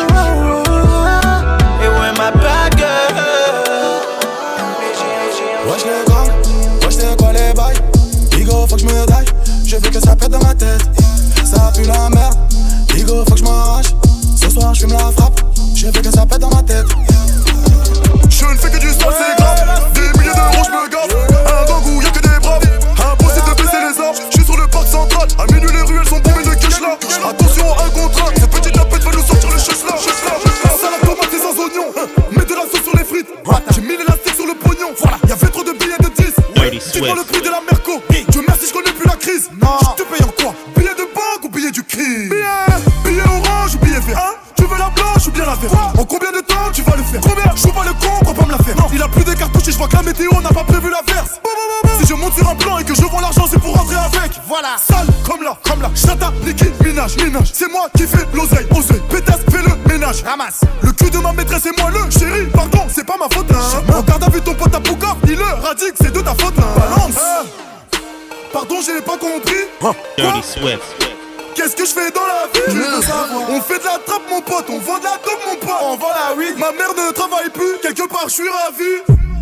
Faut que je me daille, je veux que ça pète dans ma tête. Ça pue la merde, Ligo, faut que je m'arrache. Ce soir je fume la frappe, je veux que ça pète dans ma tête. Je ne fais que du sale, c'est grave. Des milliers d'euros, je me gaffe. Un gang où y'a que des braves. Impossible de baisser les armes. Je suis sur le parc central. À minuit les ruelles sont bombées de cash là. Attention, un contrat. Cette petite tapette va nous sortir le chess là. Salade tomate et sans oignon. Mets de la sauce sur les frites. J'ai mis l'élastique sur le pognon. Voilà, y'avait trop de billets de 10. Dis-moi le prix de la Merco. Dieu merci, je connais plus la crise. Je te paye en quoi? Billet de banque ou billet du crime? Billet orange ou billet vert? Tu veux la blanche ou bien la verte? En combien de temps tu vas le faire? Combien? Joue pas le con, crois pas me la faire. Il a plus de cartouches et je vois que la météo n'a pas prévu l'averse. Si je monte sur un plan et que je vends l'argent, c'est pour rentrer avec. Voilà, sale comme là. Chata, Nicki, Minaj. C'est moi qui fais l'oseille. Pétasse, fais le ménage. Ramasse. Le cul de ma maîtresse et moi le chéri. Pardon, c'est pas ma faute. En garde à vue ton pote à Pouka. Il le radique, c'est de ta faute. Balance. Pardon, j'ai pas compris. Dirty Swift. Qu'est-ce que je fais dans la vie? On fait de la trappe mon pote, on vend de la dope mon pote. On vend la weed, ma mère ne travaille plus, quelque part je suis ravi.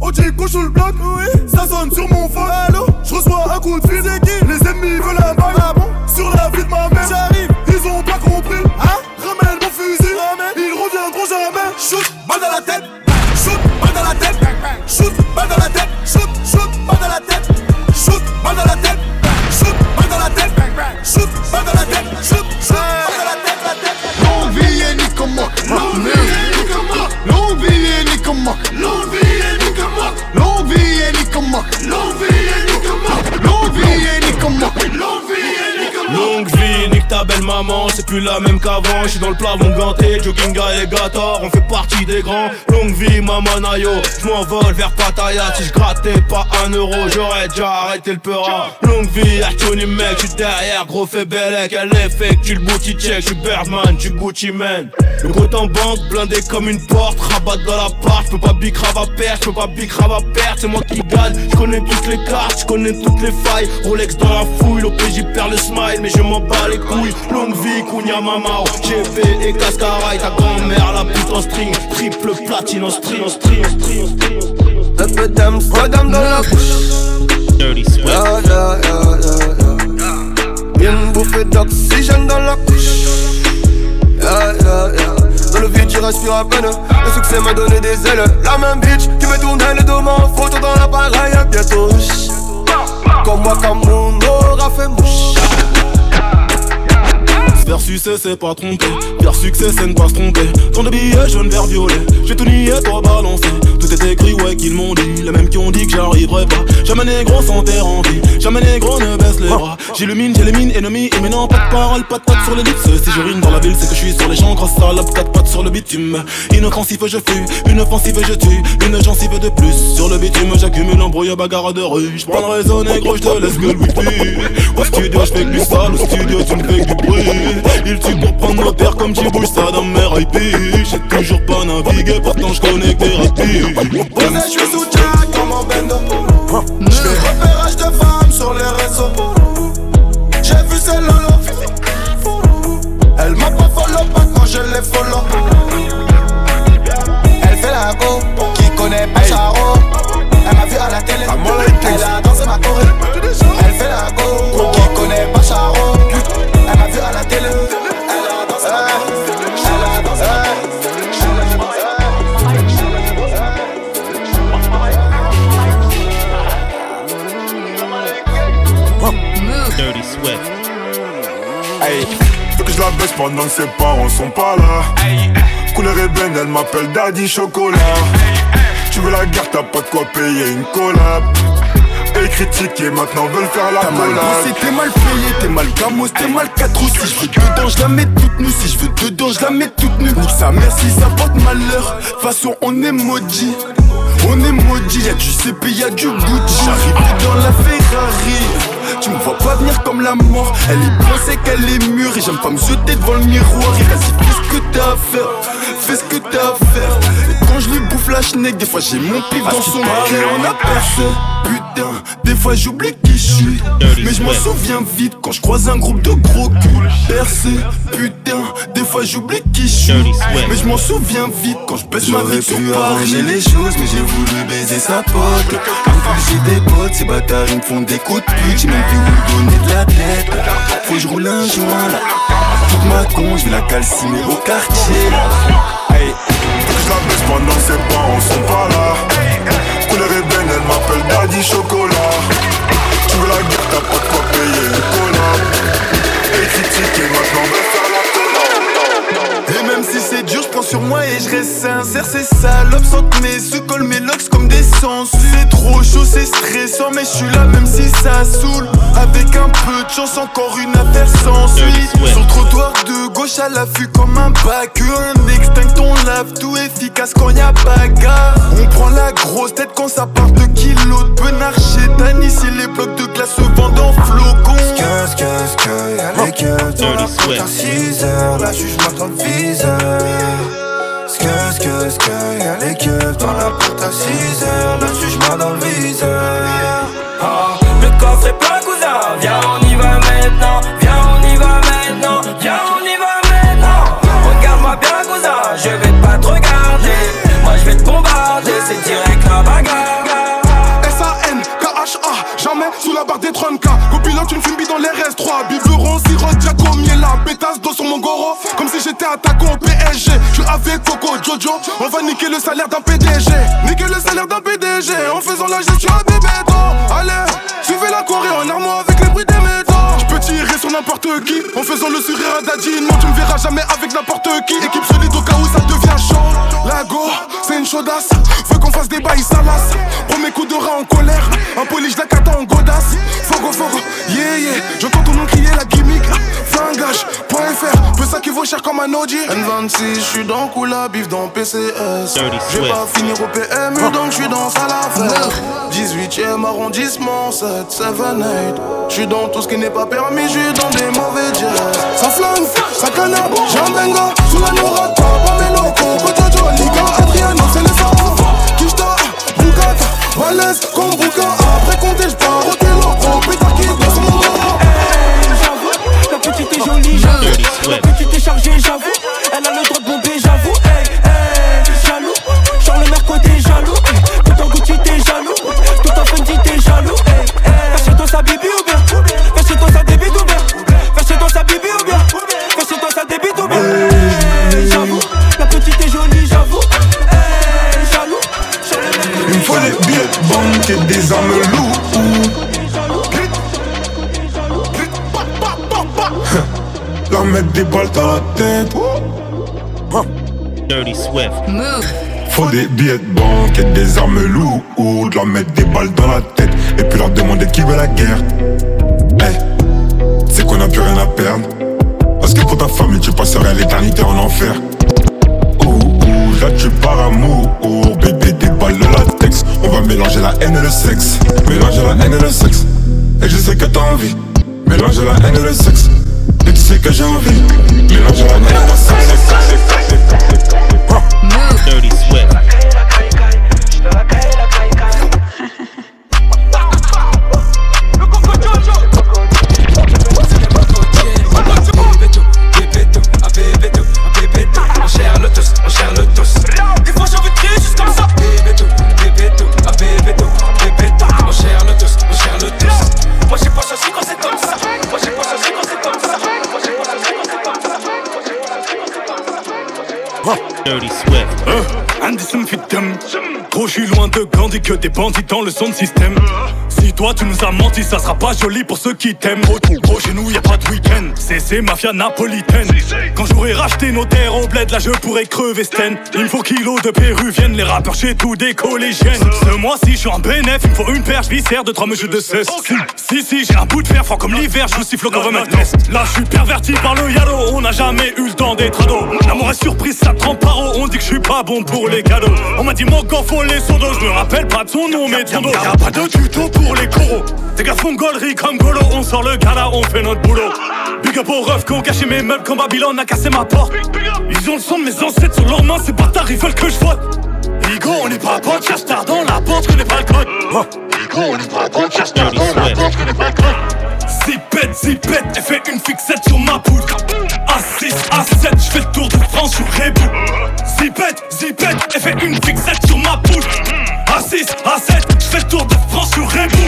On dit qu'on joue le bloc, oui. Ça sonne sur mon phone, allô. Je reçois un coup de fil, c'est qui? Les ennemis veulent un bail, ah bon? Sur la vie de ma mère, j'arrive, ils ont pas compris, hein? Ramène mon fusil, ils reviendront jamais. Shoot, balle dans la tête, shoot, balle dans la tête, shoot, balle dans la tête, shoot, shoot, balle dans la tête, shoot, balle dans la tête, shoot, balle dans la tête, shoot, balle dans la tête, shoot, shoot, balle dans la tête, la tête. Longue vie et nique comme moi, longue vie et nique comme moi, longue vie et nique comme moi, longue vie et nique comme moi, longue vie et nique comme moi, longue vie et nique comme moi, longue vie et nique comme moi, longue vie et nique comme moi. Longue vie, nique ta belle maman, c'est plus la même qu'avant. J'suis dans le plafond ganté, jogging alligator, on fait partie des grands. Longue vie, maman Nayo, j'm'envole vers Pattaya. Si j'grattais pas 1 euro, j'aurais déjà arrêté le peura. Longue vie, Tony mec, j'suis derrière, gros fait bellec. Elle est fake, tu le booty check, j'suis Birdman, tu Gucci man. Le compte en banque, blindé comme une porte, rabat dans la part. J'peux pas bicrave à perdre, j'peux pas bicrave à perdre. C'est moi qui gagne, j'connais toutes les cartes, j'connais toutes les failles. Rolex dans la fouille, l'OPJ perd le smile, mais je m'en bats les couilles. Longue vie, Kounia Mamao, GP et Cascaraï. Ta grand-mère, la pute en string, triple platine en string, en string, en string, en string, en string. Un peu d'Amsterdam dans la bouche. Dirty Swift. Une bouffée d'oxygène dans la couche. Dans le vide, j'y respire à peine. Le succès m'a donné des ailes. La même bitch qui me tournait le dos en photo dans l'appareil. Bientôt, comme moi, comme mon aura fait mouche. Vers succès c'est pas trompé, vers succès c'est ne pas se tromper. Tant de billets jaune vert violet, j'ai tout nié, toi balancé. Tout est écrit, ouais qu'ils m'ont dit, les mêmes qui ont dit que j'arriverai pas. Jamais négro sans terre en vie, jamais négro ne baisse les bras. J'illumine, j'élimine ennemis, et maintenant pas de parole, pas de patte sur les lips. Si je rime dans la ville c'est que je suis sur les champs, grosse salope, 4 pattes sur le bitume. Inoffensif je fuis, une offensive je tue, une gencive de plus. Sur le bitume j'accumule embrouille, bagarre de rue. J'prends le réseau négro, j'te laisse que le wifi. Au studio j'fais que du sale, au studio tu me fais que du bruit. Il tue pour prendre nos terres comme Djibouti, ça dans mes IP. J'ai toujours pas navigué, pourtant j'connecte des rapides. Posé, j'suis sous Jack dans mon bendo. J'fais repérage de femmes sur les réseaux. J'ai vu ses lolo. Elle m'a pas follow, pas quand je les follow. Elle fait la go, qui connaît pas Charo. Elle m'a vu à la télé, elle a dansé ma choré. Elle fait la go, qui connaît pas Charo. Elle m'a vu à la télé, elle a dansé ma choré. Elle a dansé ma choré. Dirty Swift. Hey, faut que je la baisse pendant que ses parents sont pas là. Couleur ébène, elle m'appelle Daddy Chocolat. Tu veux la guerre, t'as pas de quoi payer une collab. Et critiquer, maintenant veulent faire la collab. T'as mal bossé, t'es mal payé, t'es mal gamos, t'es mal 4 ou si je veux dedans, je la mets toute nue. Si je veux dedans, je la mets toute nue. Nique sa mère si ça porte malheur. De toute façon, on est maudit. On est maudit, y'a du CP, y'a du Gucci. J'arrive dans la Ferrari. Tu me vois pas venir comme la mort. Elle est pensée qu'elle est mûre. Et j'aime pas me jeter devant le miroir. Et vas-y, fais ce que t'as à faire. Fais ce que t'as à faire. Et quand je lui bouffe la schneck, des fois j'ai mon pif dans son cœur. On a percé, putain. Des fois j'oublie qui je suis. Mais je m'en souviens vite quand je croise un groupe de gros culs. Percé, putain. Des fois j'oublie qui je suis. Mais je m'en souviens vite quand je baisse ma vie sur Paris. J'aurais pu arranger les choses, mais j'ai voulu baiser sa pote. En plus j'ai des potes, ces bâtards ils me font des coups de pute. J'ai même plus où donner de la tête. Faut que je roule un joint là. Toute ma con, je vais la calciner au quartier là. Hey, faut que je la baisse pendant que ses parents sont pas là. Couleur ébène, elle m'appelle Daddy Chocolat. Tu veux la guerre, t'as pas de quoi payer une collab. Et critiquer, maintenant veulent faire la collab. Et même si c'est dur, je prends sur moi et je reste sincère. Ces salopes sentent mes se collent mes locks comme des sens. C'est trop chaud, c'est stressant, mais je suis là même si ça saoule. Avec un peu de chance, encore une affaire sans suite. Sur le trottoir de gauche à l'affût comme un bac. Un extinct, on lave tout efficace quand y'a bagarre. On prend la grosse tête quand ça part de kilos de benard chez Dan. Ici les blocs de glace se vendent en flocons. Y'a les keufs dans la porte à 6h. La juge m'attend le viseur. Y'a les keufs dans la porte à 6h. La juge m'attend le viseur. Le coffre est plein cousin, viens on y va maintenant. Viens on y va maintenant. Viens on y va maintenant. Regarde-moi bien cousin, je vais pas te regarder. Moi je vais te bombarder, c'est direct la bagarre. sous la barre des 30K. Copilote une fumbi dans les RS3. Biberon, sirop, Jaco, Miela. Pétasse d'eau sur mon goro, comme si j'étais attaquant au PSG. J'suis avec Coco, Jojo, on va niquer le salaire d'un PDG. Niquer le salaire d'un PDG, en faisant la gestion à des bétons. Allez, suivez la Corée en armoire avec les bruits des métaux. J'peux tirer sur n'importe qui, en faisant le sourire à Daddy. Non, tu me verras jamais avec n'importe qui. Équipe solide au cas où ça devient chaud. La go, c'est une chaudasse, veut qu'on fasse des bails salaces. Premier coup de rat en colère, un polish la cata en godasse. Fogo, yeah, yeah, j'entends ton nom crier la gimmick. Flingage.fr, peu ça qui vaut cher comme un OG. N26, j'suis dans Koula, bif dans PCS. J'ai pas finir au PMU, donc j'suis dans Salafel. 18ème arrondissement, 7, 7, 8. J'suis dans tout ce qui n'est pas permis, j'suis dans des mauvais jets. Ça flingue, ça canard, j'ai un benga. Sous la Norata, Pamelo, Coco, Jojo, Liga, Adriano, c'est les enfants. Kishta, Bugata, Valès, comme Bouka. Après compter, j'pars au télo, gros pétard qui est dans son moment. La petite est jolie, j'avoue. La petite est chargée, j'avoue. Elle a le droit de bomber, j'avoue. Jaloux. Genre le mercredi, jaloux. Tout en Gucci, t'es jaloux. Tout en Fendi, t'es jaloux. Fais chez toi sa bibi ou bien. Fais chez toi sa débit ou bien. Fais chez toi sa bibi ou bien. Fais chez toi sa débit ou bien. J'avoue. La petite est jolie, j'avoue. Jaloux. Il me faut des billets de banque et des armes lourdes. Leur mettre des balles dans la tête. Dirty Swift. Move. Faut des billets de banque et des armes lourdes. Leur mettre des balles dans la tête et puis leur demander qui veut la guerre. Hey, c'est qu'on a plus rien à perdre. Parce que pour ta famille tu passerais l'éternité en enfer. Là tu pars amour, bébé des balles de latex. On va mélanger la haine et le sexe. Mélanger la haine et le sexe. Et je sais que t'as envie. Mélanger la haine et le sexe. Et tu sais que j'ai envie. Mélanger la haine et le sexe. Dirty Swift. Dirty Swift. Anderson fit them. Gros, j'suis loin de Gandhi que des bandits dans le son de système. Si toi tu nous as menti, ça sera pas joli pour ceux qui t'aiment. Gros, chez nous y'a pas de week-end. C'est mafia napolitaine. Quand j'aurai racheté nos terres au bled, là je pourrais crever Sten. Il me faut kilos de péruviennes, les rappeurs chez tout des collégiennes. Ce mois-ci j'suis en bénéf, il me faut une perche viscère de 3 mesures de cesse. Si, j'ai un bout de fer fort comme l'hiver, je vous siffle au government test. Là j'suis perverti par le yalo, on n'a jamais eu le temps d'être ado. L'amour est surprise, ça trempe par eau, on dit que j'suis pas bon pour les cadeaux. On m'a dit mon gars faut les sodos, je me rappelle pas de son nom mais de son dos. Y'a pas de tuto pour les coraux. Des gars font gaulerie comme Golo, on sort le gala, on fait notre boulot. Big up aux refs qui ont caché mes meubles quand Babylone a cassé ma porte. Ils ont le sang de mes ancêtres sur leurs mains, ces bâtards ils veulent que je vote. Ligo, on est pas potes, cherche tard dans la porte, je connais pas le code. Ligo, on est pas potes, cherche tard dans la porte, je connais pas le code. Zipette, elle fait une fixette sur ma poudre. A6, A7, je fais le tour de France sur Rebou. Zipette, elle fait une fixette sur ma poudre. A6, A7, je fais le tour de France sur Rebou.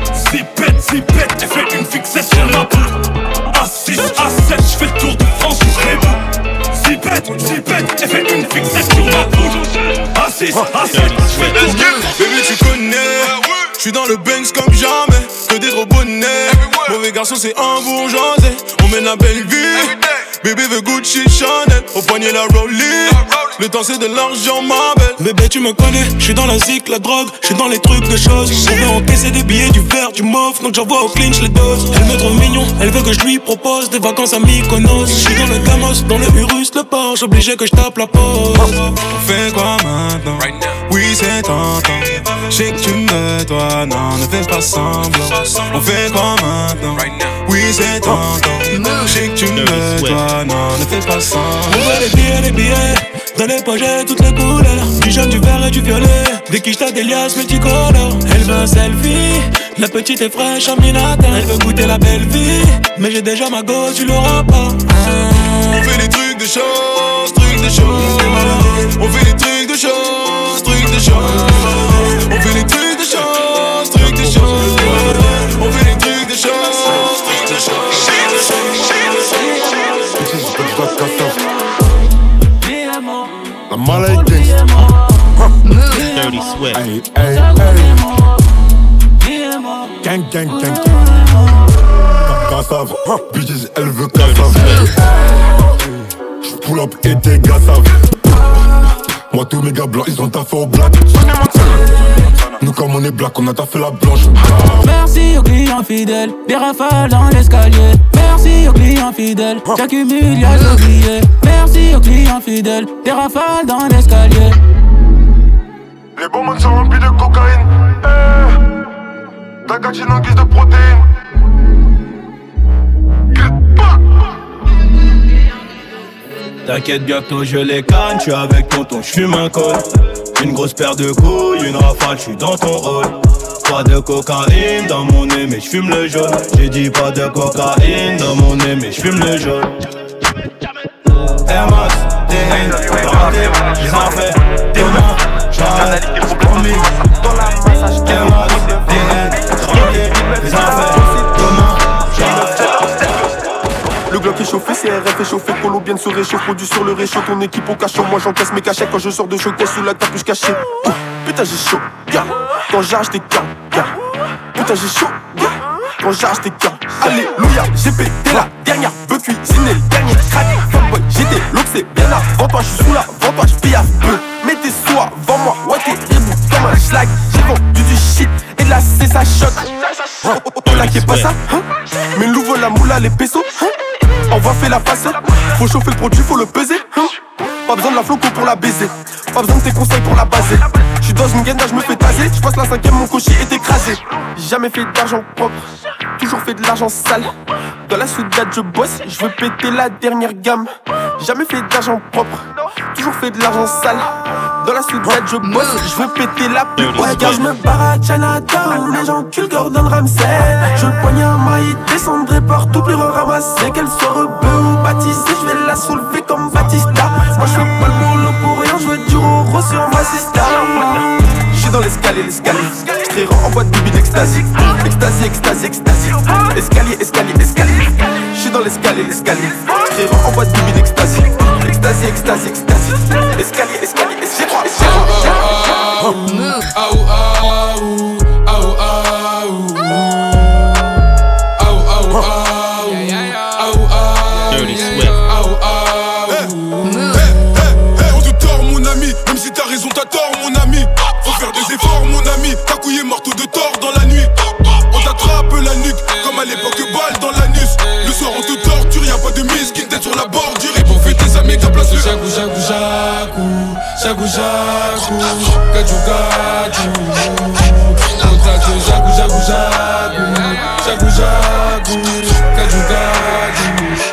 Zipette, elle fait une fixette sur ma poudre. A6, A7, je fais le tour de France sur Rebou. Zipette, elle fait une fixette sur ma poudre. A6, A7, je fais le tour de... Bébé tu connais, j'suis dans le Banks comme jamais. Que des gros bonnets. Mauvais garçon c'est un bourgeoisé. On mène la belle vie. Bébé veut Gucci, Chanel. Au poignet la Rollie. Le temps c'est de l'argent ma belle. Bébé tu me connais, j'suis dans la zik, la drogue. J'suis dans les trucs de choses. On veut encaisser des billets, du vert, du mauve. Donc j'envoie au clinch les doses. Elle me trouve mignon, elle veut que je lui propose des vacances à Mykonos. J'suis dans le Gamos, dans le Urus, le Porsche. Obligé que j'tape la pause. On fait quoi maintenant? Oui c'est tentant. J'sais que tu me veux toi, non ne fais pas semblant. On fait quoi maintenant? Oui c'est tentant. J'sais que tu me veux toi, non ne fais pas semblant. On veut les billets. Dans les poches j'ai toutes les couleurs. Du jaune, du vert et du violet. Des quiches t'as des liasses multicolores. Elle veut un selfie. La petite est fraîche en minatin. Elle veut goûter la belle vie. Mais j'ai déjà ma gosse, tu l'auras pas. On fait des trucs de choses, trucs de choses. On fait des trucs de choses, trucs de choses. On fait des trucs de choses, trucs de choses. hey, hey. Gang, gang, gang, gang. Cassave, bitches, elle veut cassave. J'pull up et tes gars savent. Moi tous mes gars blancs, ils ont taffé au black. Nous comme on est black, on a taffé la blanche. Merci aux clients fidèles, des rafales dans l'escalier. Merci aux clients fidèles, j'accumule y'a de billets. Merci aux clients fidèles, des rafales dans l'escalier. Les bonbons sont remplis de cocaïne. Ta gatine en guise de protéines. T'inquiète, bientôt je les canne, j'suis avec tonton, j'fume un col. Une grosse paire de couilles, une rafale, j'suis dans ton rôle. Pas de cocaïne dans mon nez, mais j'fume le jaune. J'ai dit pas de cocaïne dans mon nez, mais j'fume le jaune. Air Max, TN, raté, j'ai en fait, demain, j'arrête, j'promis. Air Max, TN, raté, j'ai en fait, demain, j'arrête. Le Glock est chauffé, CRF est chauffé, Colo bien de se réchauffe, produit sur le réchaud, ton équipe au cachot, moi j'encaisse mes cachets quand je sors de showcase sous la capuche cachée. Putain j'ai chaud, gars, quand j'arrache des gars, putain j'ai chaud, gars, quand j'arrache des gars. Alléluia, j'ai pété la dernière, veux cuisiner le dernier crack, fanboy, j'étais l'autre c'est bien avant toi, j'suis sous la vent, toi j'pille à peu, mets tes sous avant moi, ouais t'es reboot comme un schlag, j'ai vendu du shit et de la C ça choque. Oh là qui est pas ça, hein, mais l'ouvre la moula les pesos, hein. On va faire la face, faut chauffer le produit, faut le peser, hein. Pas besoin de la floco pour la baiser, pas besoin de tes conseils pour la baser. J'suis dans une guenda, j'me fais taser, j'passe la cinquième, mon cocher est écrasé. Jamais fait d'argent propre, toujours fait de l'argent sale. Dans la soudade je bosse, j'veux péter la dernière gamme. Jamais fait d'argent propre, toujours fait de l'argent sale. Dans la soudade je bosse, j'veux péter la plus haute. Ouais car j'me barre à Chinatown, les gens culent Gordon Ramsay. Je poignard maille, descendrai partout pour ramasser. Qu'elle soit rebeu ou baptisée, j'vais la soulever comme Batista. Moi j'fais pas le boulot pour rien, j'veux du roro sur ma sister. J'suis dans l'escalier, j't'irai en boîte de bide extasie. Extasie, extasie, extasie. Escalier, escalier, escalier. J'suis dans l'escalier, j't'irai en boîte de bide extasie. Extasie, extasie, extasie. Escalier, escalier, escalier. Dirty Swift. On te tord mon ami, même si t'as raison t'as tort mon ami. Faut faire des efforts mon ami, ta couille est morte de tort dans la nuit. On t'attrape la nuque, comme à l'époque balle dans l'anus. Le soir on te torture, y'a pas de mise qui tête sur la bordure. Et pour fêter sa méga place le jagou, jagou, jagou, jagou, jagou, gadjou, gadjou. Contact jagou, jagou, jagou, jagou, jagou, gadjou, gadjou.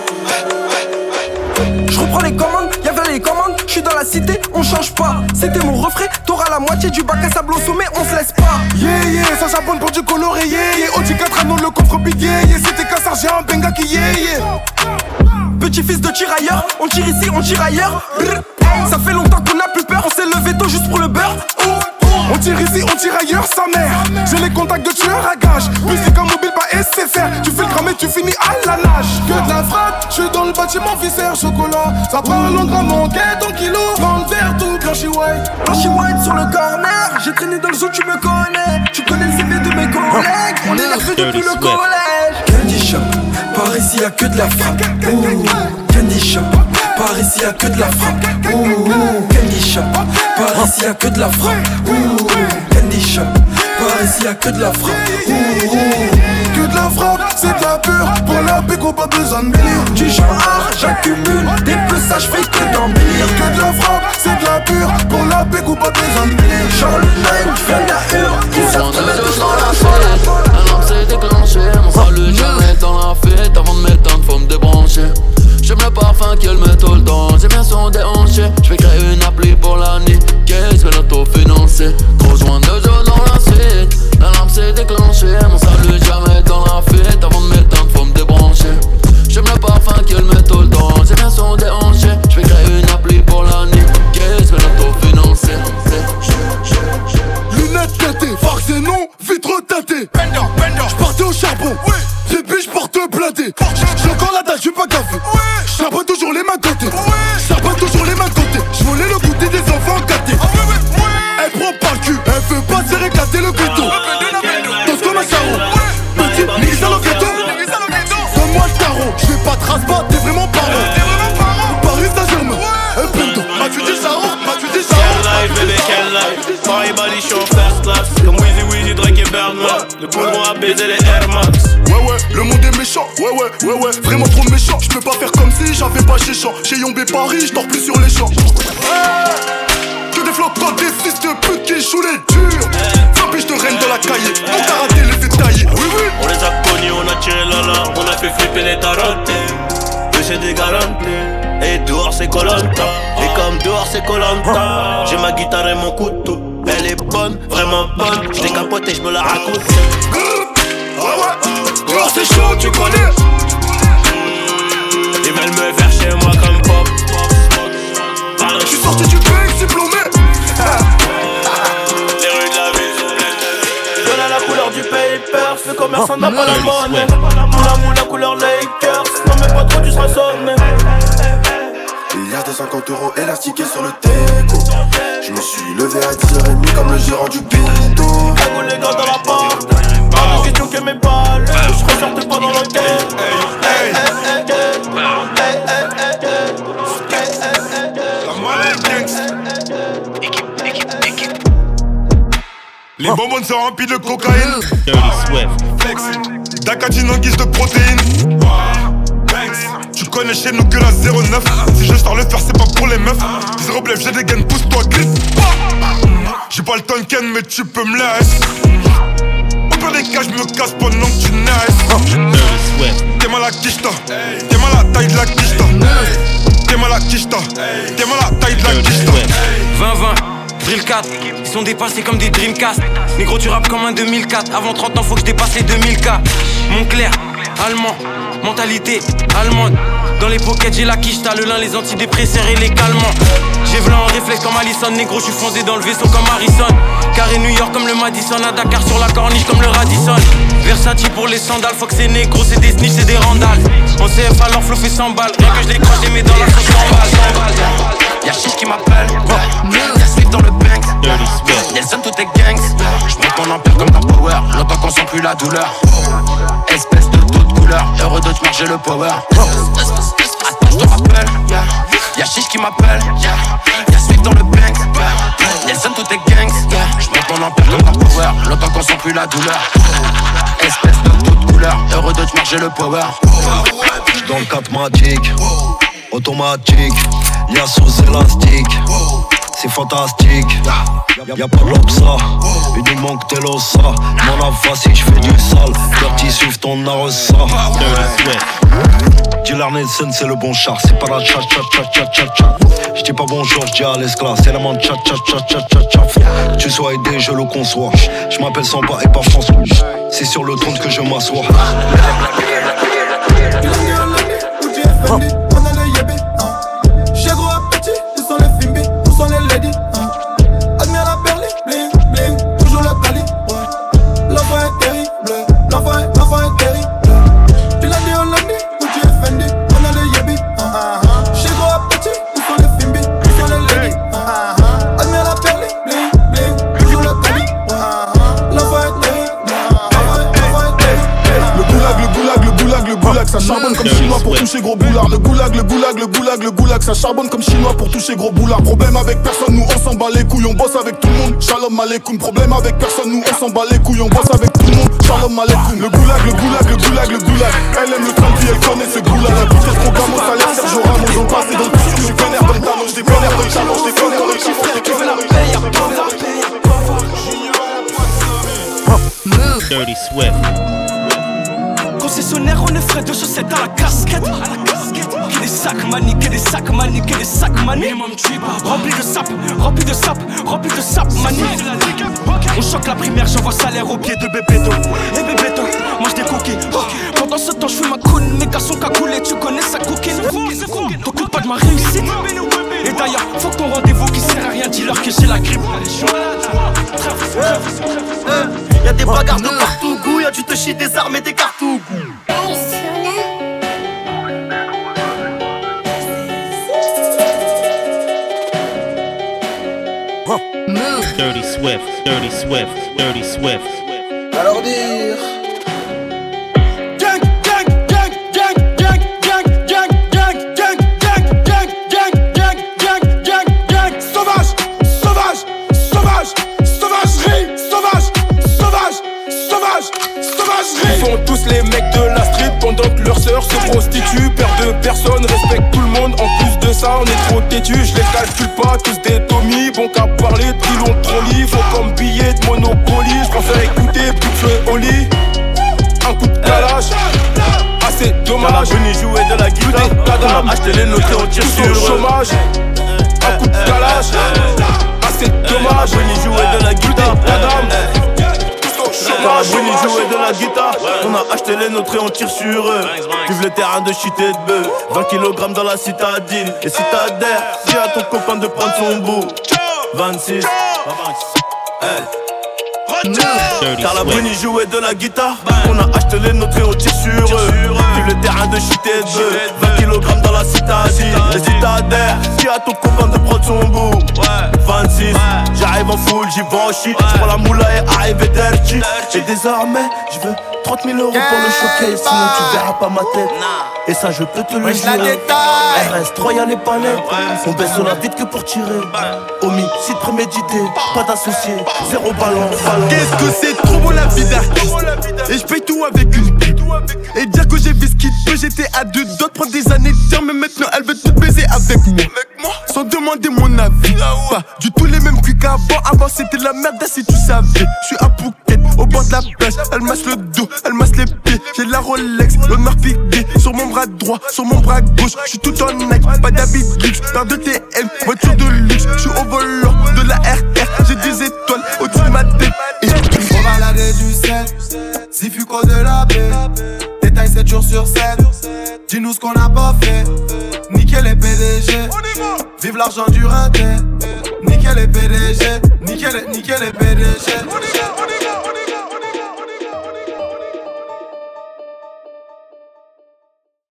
J'reprends les commandes, y'avait les commandes, j'suis dans la cité, on change pas. C'était mon refrain, t'auras la moitié du bac à sable au sommet, on se laisse pas. Yeah yeah, ça charbonne pour du coloré, yeah yeah. Audi 4 anneaux, le coffre big yeah yeah. C'était cassard, j'ai un benga qui yeah yeah. Petit fils de tirailleur, on tire ici, on tire ailleurs. Brrr. Ça fait longtemps qu'on a plus peur, on s'est levé tôt juste pour le beurre. On tire ici, on tire ailleurs, sa mère. J'ai les contacts de tueurs à gage. Musique en mobile, pas SFR. Tu fais le gramme et tu finis à la nage. Que de la frappe, j'suis dans le bâtiment, viscère, chocolat. Ça parle en grammes, en quête, en kilo. Dans le verre, tout blanchi white. Blanchi white sur le corner. J'ai traîné dans le zoo, tu me connais. Tu connais le CV de mes collègues. On est nerveux depuis le collège. Candy Shop, par ici y'a que de la frappe. Candy Shop, par ici y'a que de la frappe. Candy Shop, par ici y'a que de la frappe. Candy Shop, par ici y'a que de la frappe. Que de la frappe, c'est de la pure. Pour la béco, pas besoin de délire. Du genre, j'accumule des peu ça, j'fais que d'embellir. Que de la frappe, c'est de la pure. Pour la béco, pas besoin de délire. Genre le 9, j'viens de la hure. Ils savent tous dans la fête. Un homme s'est déclenché, mon salut jamais dans la fête. Avant de m'éteindre, faut me débrancher. J'aime le parfum qu'elle met tout le temps. J'aime bien son déhanché. J'vais créer une appli pour la nuit. Qu'est-ce que l'auto-financer? Gros joint de jeu dans la suite. L'alarme s'est déclenchée. Mon salut jamais dans la fête. Avant de m'éteindre, faut me débrancher. J'aime le parfum qu'elle met tout le temps. J'aime bien son déhanché. J'vais créer une appli pour la nuit. Qu'est-ce que l'auto-financer? Lunettes teintées, farce et non, vitre teintée. J'partais au charbon, depuis j'porte blindé. J'ai encore la dalle, j'suis pas gaffé. J'charbonne toujours les mains côté. J'volais le goûter des enfants gâtés. Elle prend par le cul, elle veut pas gâté le ghetto. Danse comme un charron. Petit, niggas dans le ghetto. Donne-moi le tarot, je vais pas te rasbat, t'es vraiment parent. Paris Saint-Germain, un bendo. M'as-tu dit charron? M'as-tu dit charron? Quelle life, bébé, quelle life. Paris, Bali, je suis en first class. Comme Weezy, Drake et Birdman. Le poudron a baisé les Air Max. Ouais, le monde est méchant. Ouais, vraiment trop méchant. Je peux pas faire comme si j'avais pas chez champ. Chez Yombé Paris, je dors plus sur les champs. Que des flottants, des fils de pute qui jouent les durs. 20 piges de reine dans la cahier. Mon karaté les fait tailler. Oui. On les a connus, on a tiré l'ala. On a fait flipper les tarotés. Eux c'est des garanties. Et dehors c'est Colanta. Et comme dehors c'est Colanta, j'ai ma guitare et mon couteau. Elle est bonne, vraiment bonne. Je l'ai capotée, je me la raconte. Dehors c'est chaud, tu connais. Ils veulent me faire chez moi comme pop. Je suis sorti du bec, diplômé. Les rues de la ville sont pleines. Donne à la couleur du paper. Le commerçant n'a pas la monnaie. Moula couleur Lakers. Non mais pas trop, tu seras sonné. Milliard de 50 € élastiqués sur le déco. Je me suis levé à 10h30 comme le gérant du bingo. Cagoule les gars dans la porte. Pas de question que mes balles. Je ressortais pas dans l'hôtel. Les bonbons sont remplis de cocaïne. Dirty Swift. D'acatine en guise de protéines. Tu connais chez nous que la 09. Si je sors le faire, c'est pas pour les meufs. 0 blef, j'ai des gaines, pousse-toi, glisse. J'ai pas le Tonken, mais tu peux me laisser. Au pire des cas, je me casse pendant que tu naisses. T'es mal à Kishta. T'es mal à la taille de la Kishta. T'es mal à Kishta. T'es mal à la taille de la Kishta. 20-20, Drill 4, ils sont dépassés comme des Dreamcast. Négro, tu rappes comme un 2004. Avant 30 ans, faut que je dépasse les 2000K. Montclair, allemand, mentalité allemande. Dans les pockets, j'ai la quiche, t'as le lin, les antidépresseurs et les calmants. J'ai v'là en réflexe comme Allison. Négro, je suis foncé dans le vaisseau comme Harrison. Carré New York comme le Madison. À Dakar sur la corniche comme le Radisson. Versace pour les sandales, faut que c'est négro, c'est des snitch, c'est des randales. En CF alors flow fait 100 balles. Rien que je décroche, les mets dans la sauce 100 balles. Y'a Chiche qui m'appelle, y'a Swift dans le bank. Nelson tout est gangs. J'monte mon empire comme dans Power. Longtemps qu'on sent plus la douleur. Espèce de taux de couleur. Heureux de te marcher le power. Attends, j'te rappelle. Y'a Chiche qui m'appelle, y'a Swift dans le bank. Nelson tout est gangs. J'monte mon empire comme dans Power. Longtemps qu'on sent plus la douleur. Espèce de taux de couleur. Heureux de te marcher le power. J'dans le 4 matic, automatique. Y'a sous élastique, c'est fantastique. Y'a pas de l'obsa, il nous manque tel ossa. Mon avance si j'fais du sale, Dirty Swift on a ressa. Dealer Nelson c'est le bon char, c'est pas la chat chat chat chat chat chat. J'dis pas bonjour, j'dis à l'esclave, c'est la main chat chat chat chat chat chat. Tu sois aidé, je le conçois. J'm'appelle Samba et pas François. C'est sur le trône que je m'assois. Ça charbonne comme chinois pour toucher gros boulard. Le goulag, ça charbonne comme chinois pour toucher gros boulard. Problème avec personne, nous on s'en bat les couilles, on bosse avec tout le monde. Shalom aleikoum. Problème avec personne, nous on s'en bat les couilles, on bosse avec tout le monde. Shalom aleikoum. Le goulag. Elle aime le train de vie, elle connaît ce goulag. La vitesse programme au salaire, Sergio Ramos. On passe dans le tissu, je déconnaire dans le talon, je déconnaire dans le chalon, je déconnaire dans les chiffres, je déconnaire dans les Move. Dirty Swift. Concessionnaire, on est frais de chaussettes à la casquette. Que des sacs mani, que des sacs mani, que des sacs mani. Rempli de sap mani. On choque la primaire, j'envoie salaire au pied de Bébéto. Et Bébéto, mange des cookies. Pendant ce temps, je fais ma coune, mes garçons cagoulés, tu connais sa coquine. T'occupe pas de ma réussite. Et d'ailleurs, faut que ton rendez-vous qui sert à rien, dis-leur que j'ai la grippe. Y'a des bagarres de partout, goût, y'a du te chier des armes et des cartouches. Move. Dirty Swift, Dirty Swift, Dirty Swift. Alors dire. Ils sont tous les mecs de la street pendant que leurs sœurs se prostituent. Père de personne, respecte tout le monde. En plus de ça, on est trop têtu. Je les calcule pas, tous des Tommy. Bon qu'à parler de qui l'ont trop lit. Faut comme billet de Monopoly. Je préfère écouter plus de feu au lit. Un coup de calage. Assez dommage. T'as venu jouer de la guitare. On a acheté les notes et on tire sur le chômage. Un coup de calage. Assez dommage. T'as venu jouer de la guitare. T'as venu jouer de la guitare. On a acheté les nôtres et on tire sur eux. Vive le terrain de shit et de bœuf. 20 kg dans la citadine. Et si t'adhères, dis à ton copain de prendre son bout. 26 Car la Bruni jouait de la guitare. On a acheté les nôtres et on tire sur eux. Vive le terrain de shit et de bœuf. 20 kg dans la citadine. Et si t'adhères, dis à ton copain de prendre son bout. 26 J'arrive en full, j'y vais en shit. J'prends la moula et arrive dirty. Et désormais, j'veux 30 000 € pour le showcase. Sinon tu verras pas ma tête. Et ça je peux te le jurer. RS, Royal et Palais. On baisse la vite que pour tirer. Homicide prémédité, pas d'associé. Zéro ballon. Qu'est-ce que c'est trop beau la vie d'artiste. Et je paye tout avec une pipe. Et dire que j'ai vu ce qu'il peut. J'étais à deux d'autres prendre des années de terre. Mais maintenant elle veut tout baiser avec moi. Sans demander mon avis. Pas du tout les mêmes cuits qu'avant. Avant c'était de la merde si tu savais. Je suis à Phuket, au bord de la plage. Elle masse le dos, elle masse les pieds. J'ai la Rolex, l'honneur piqué. Sur mon bras droit, sur mon bras gauche. Je suis tout en Nike, pas d'habit de luxe. Paire de TM, voiture de luxe. Je suis au volant de la RR. J'ai des étoiles au-dessus de ma tête. On va balader du 7, Zifuco de la baie. Détail 7 jours sur 7. Dis-nous ce qu'on a pas fait. Nickel les PDG. Vive l'argent du rinté. Nickel les PDG. Nickel les PDG.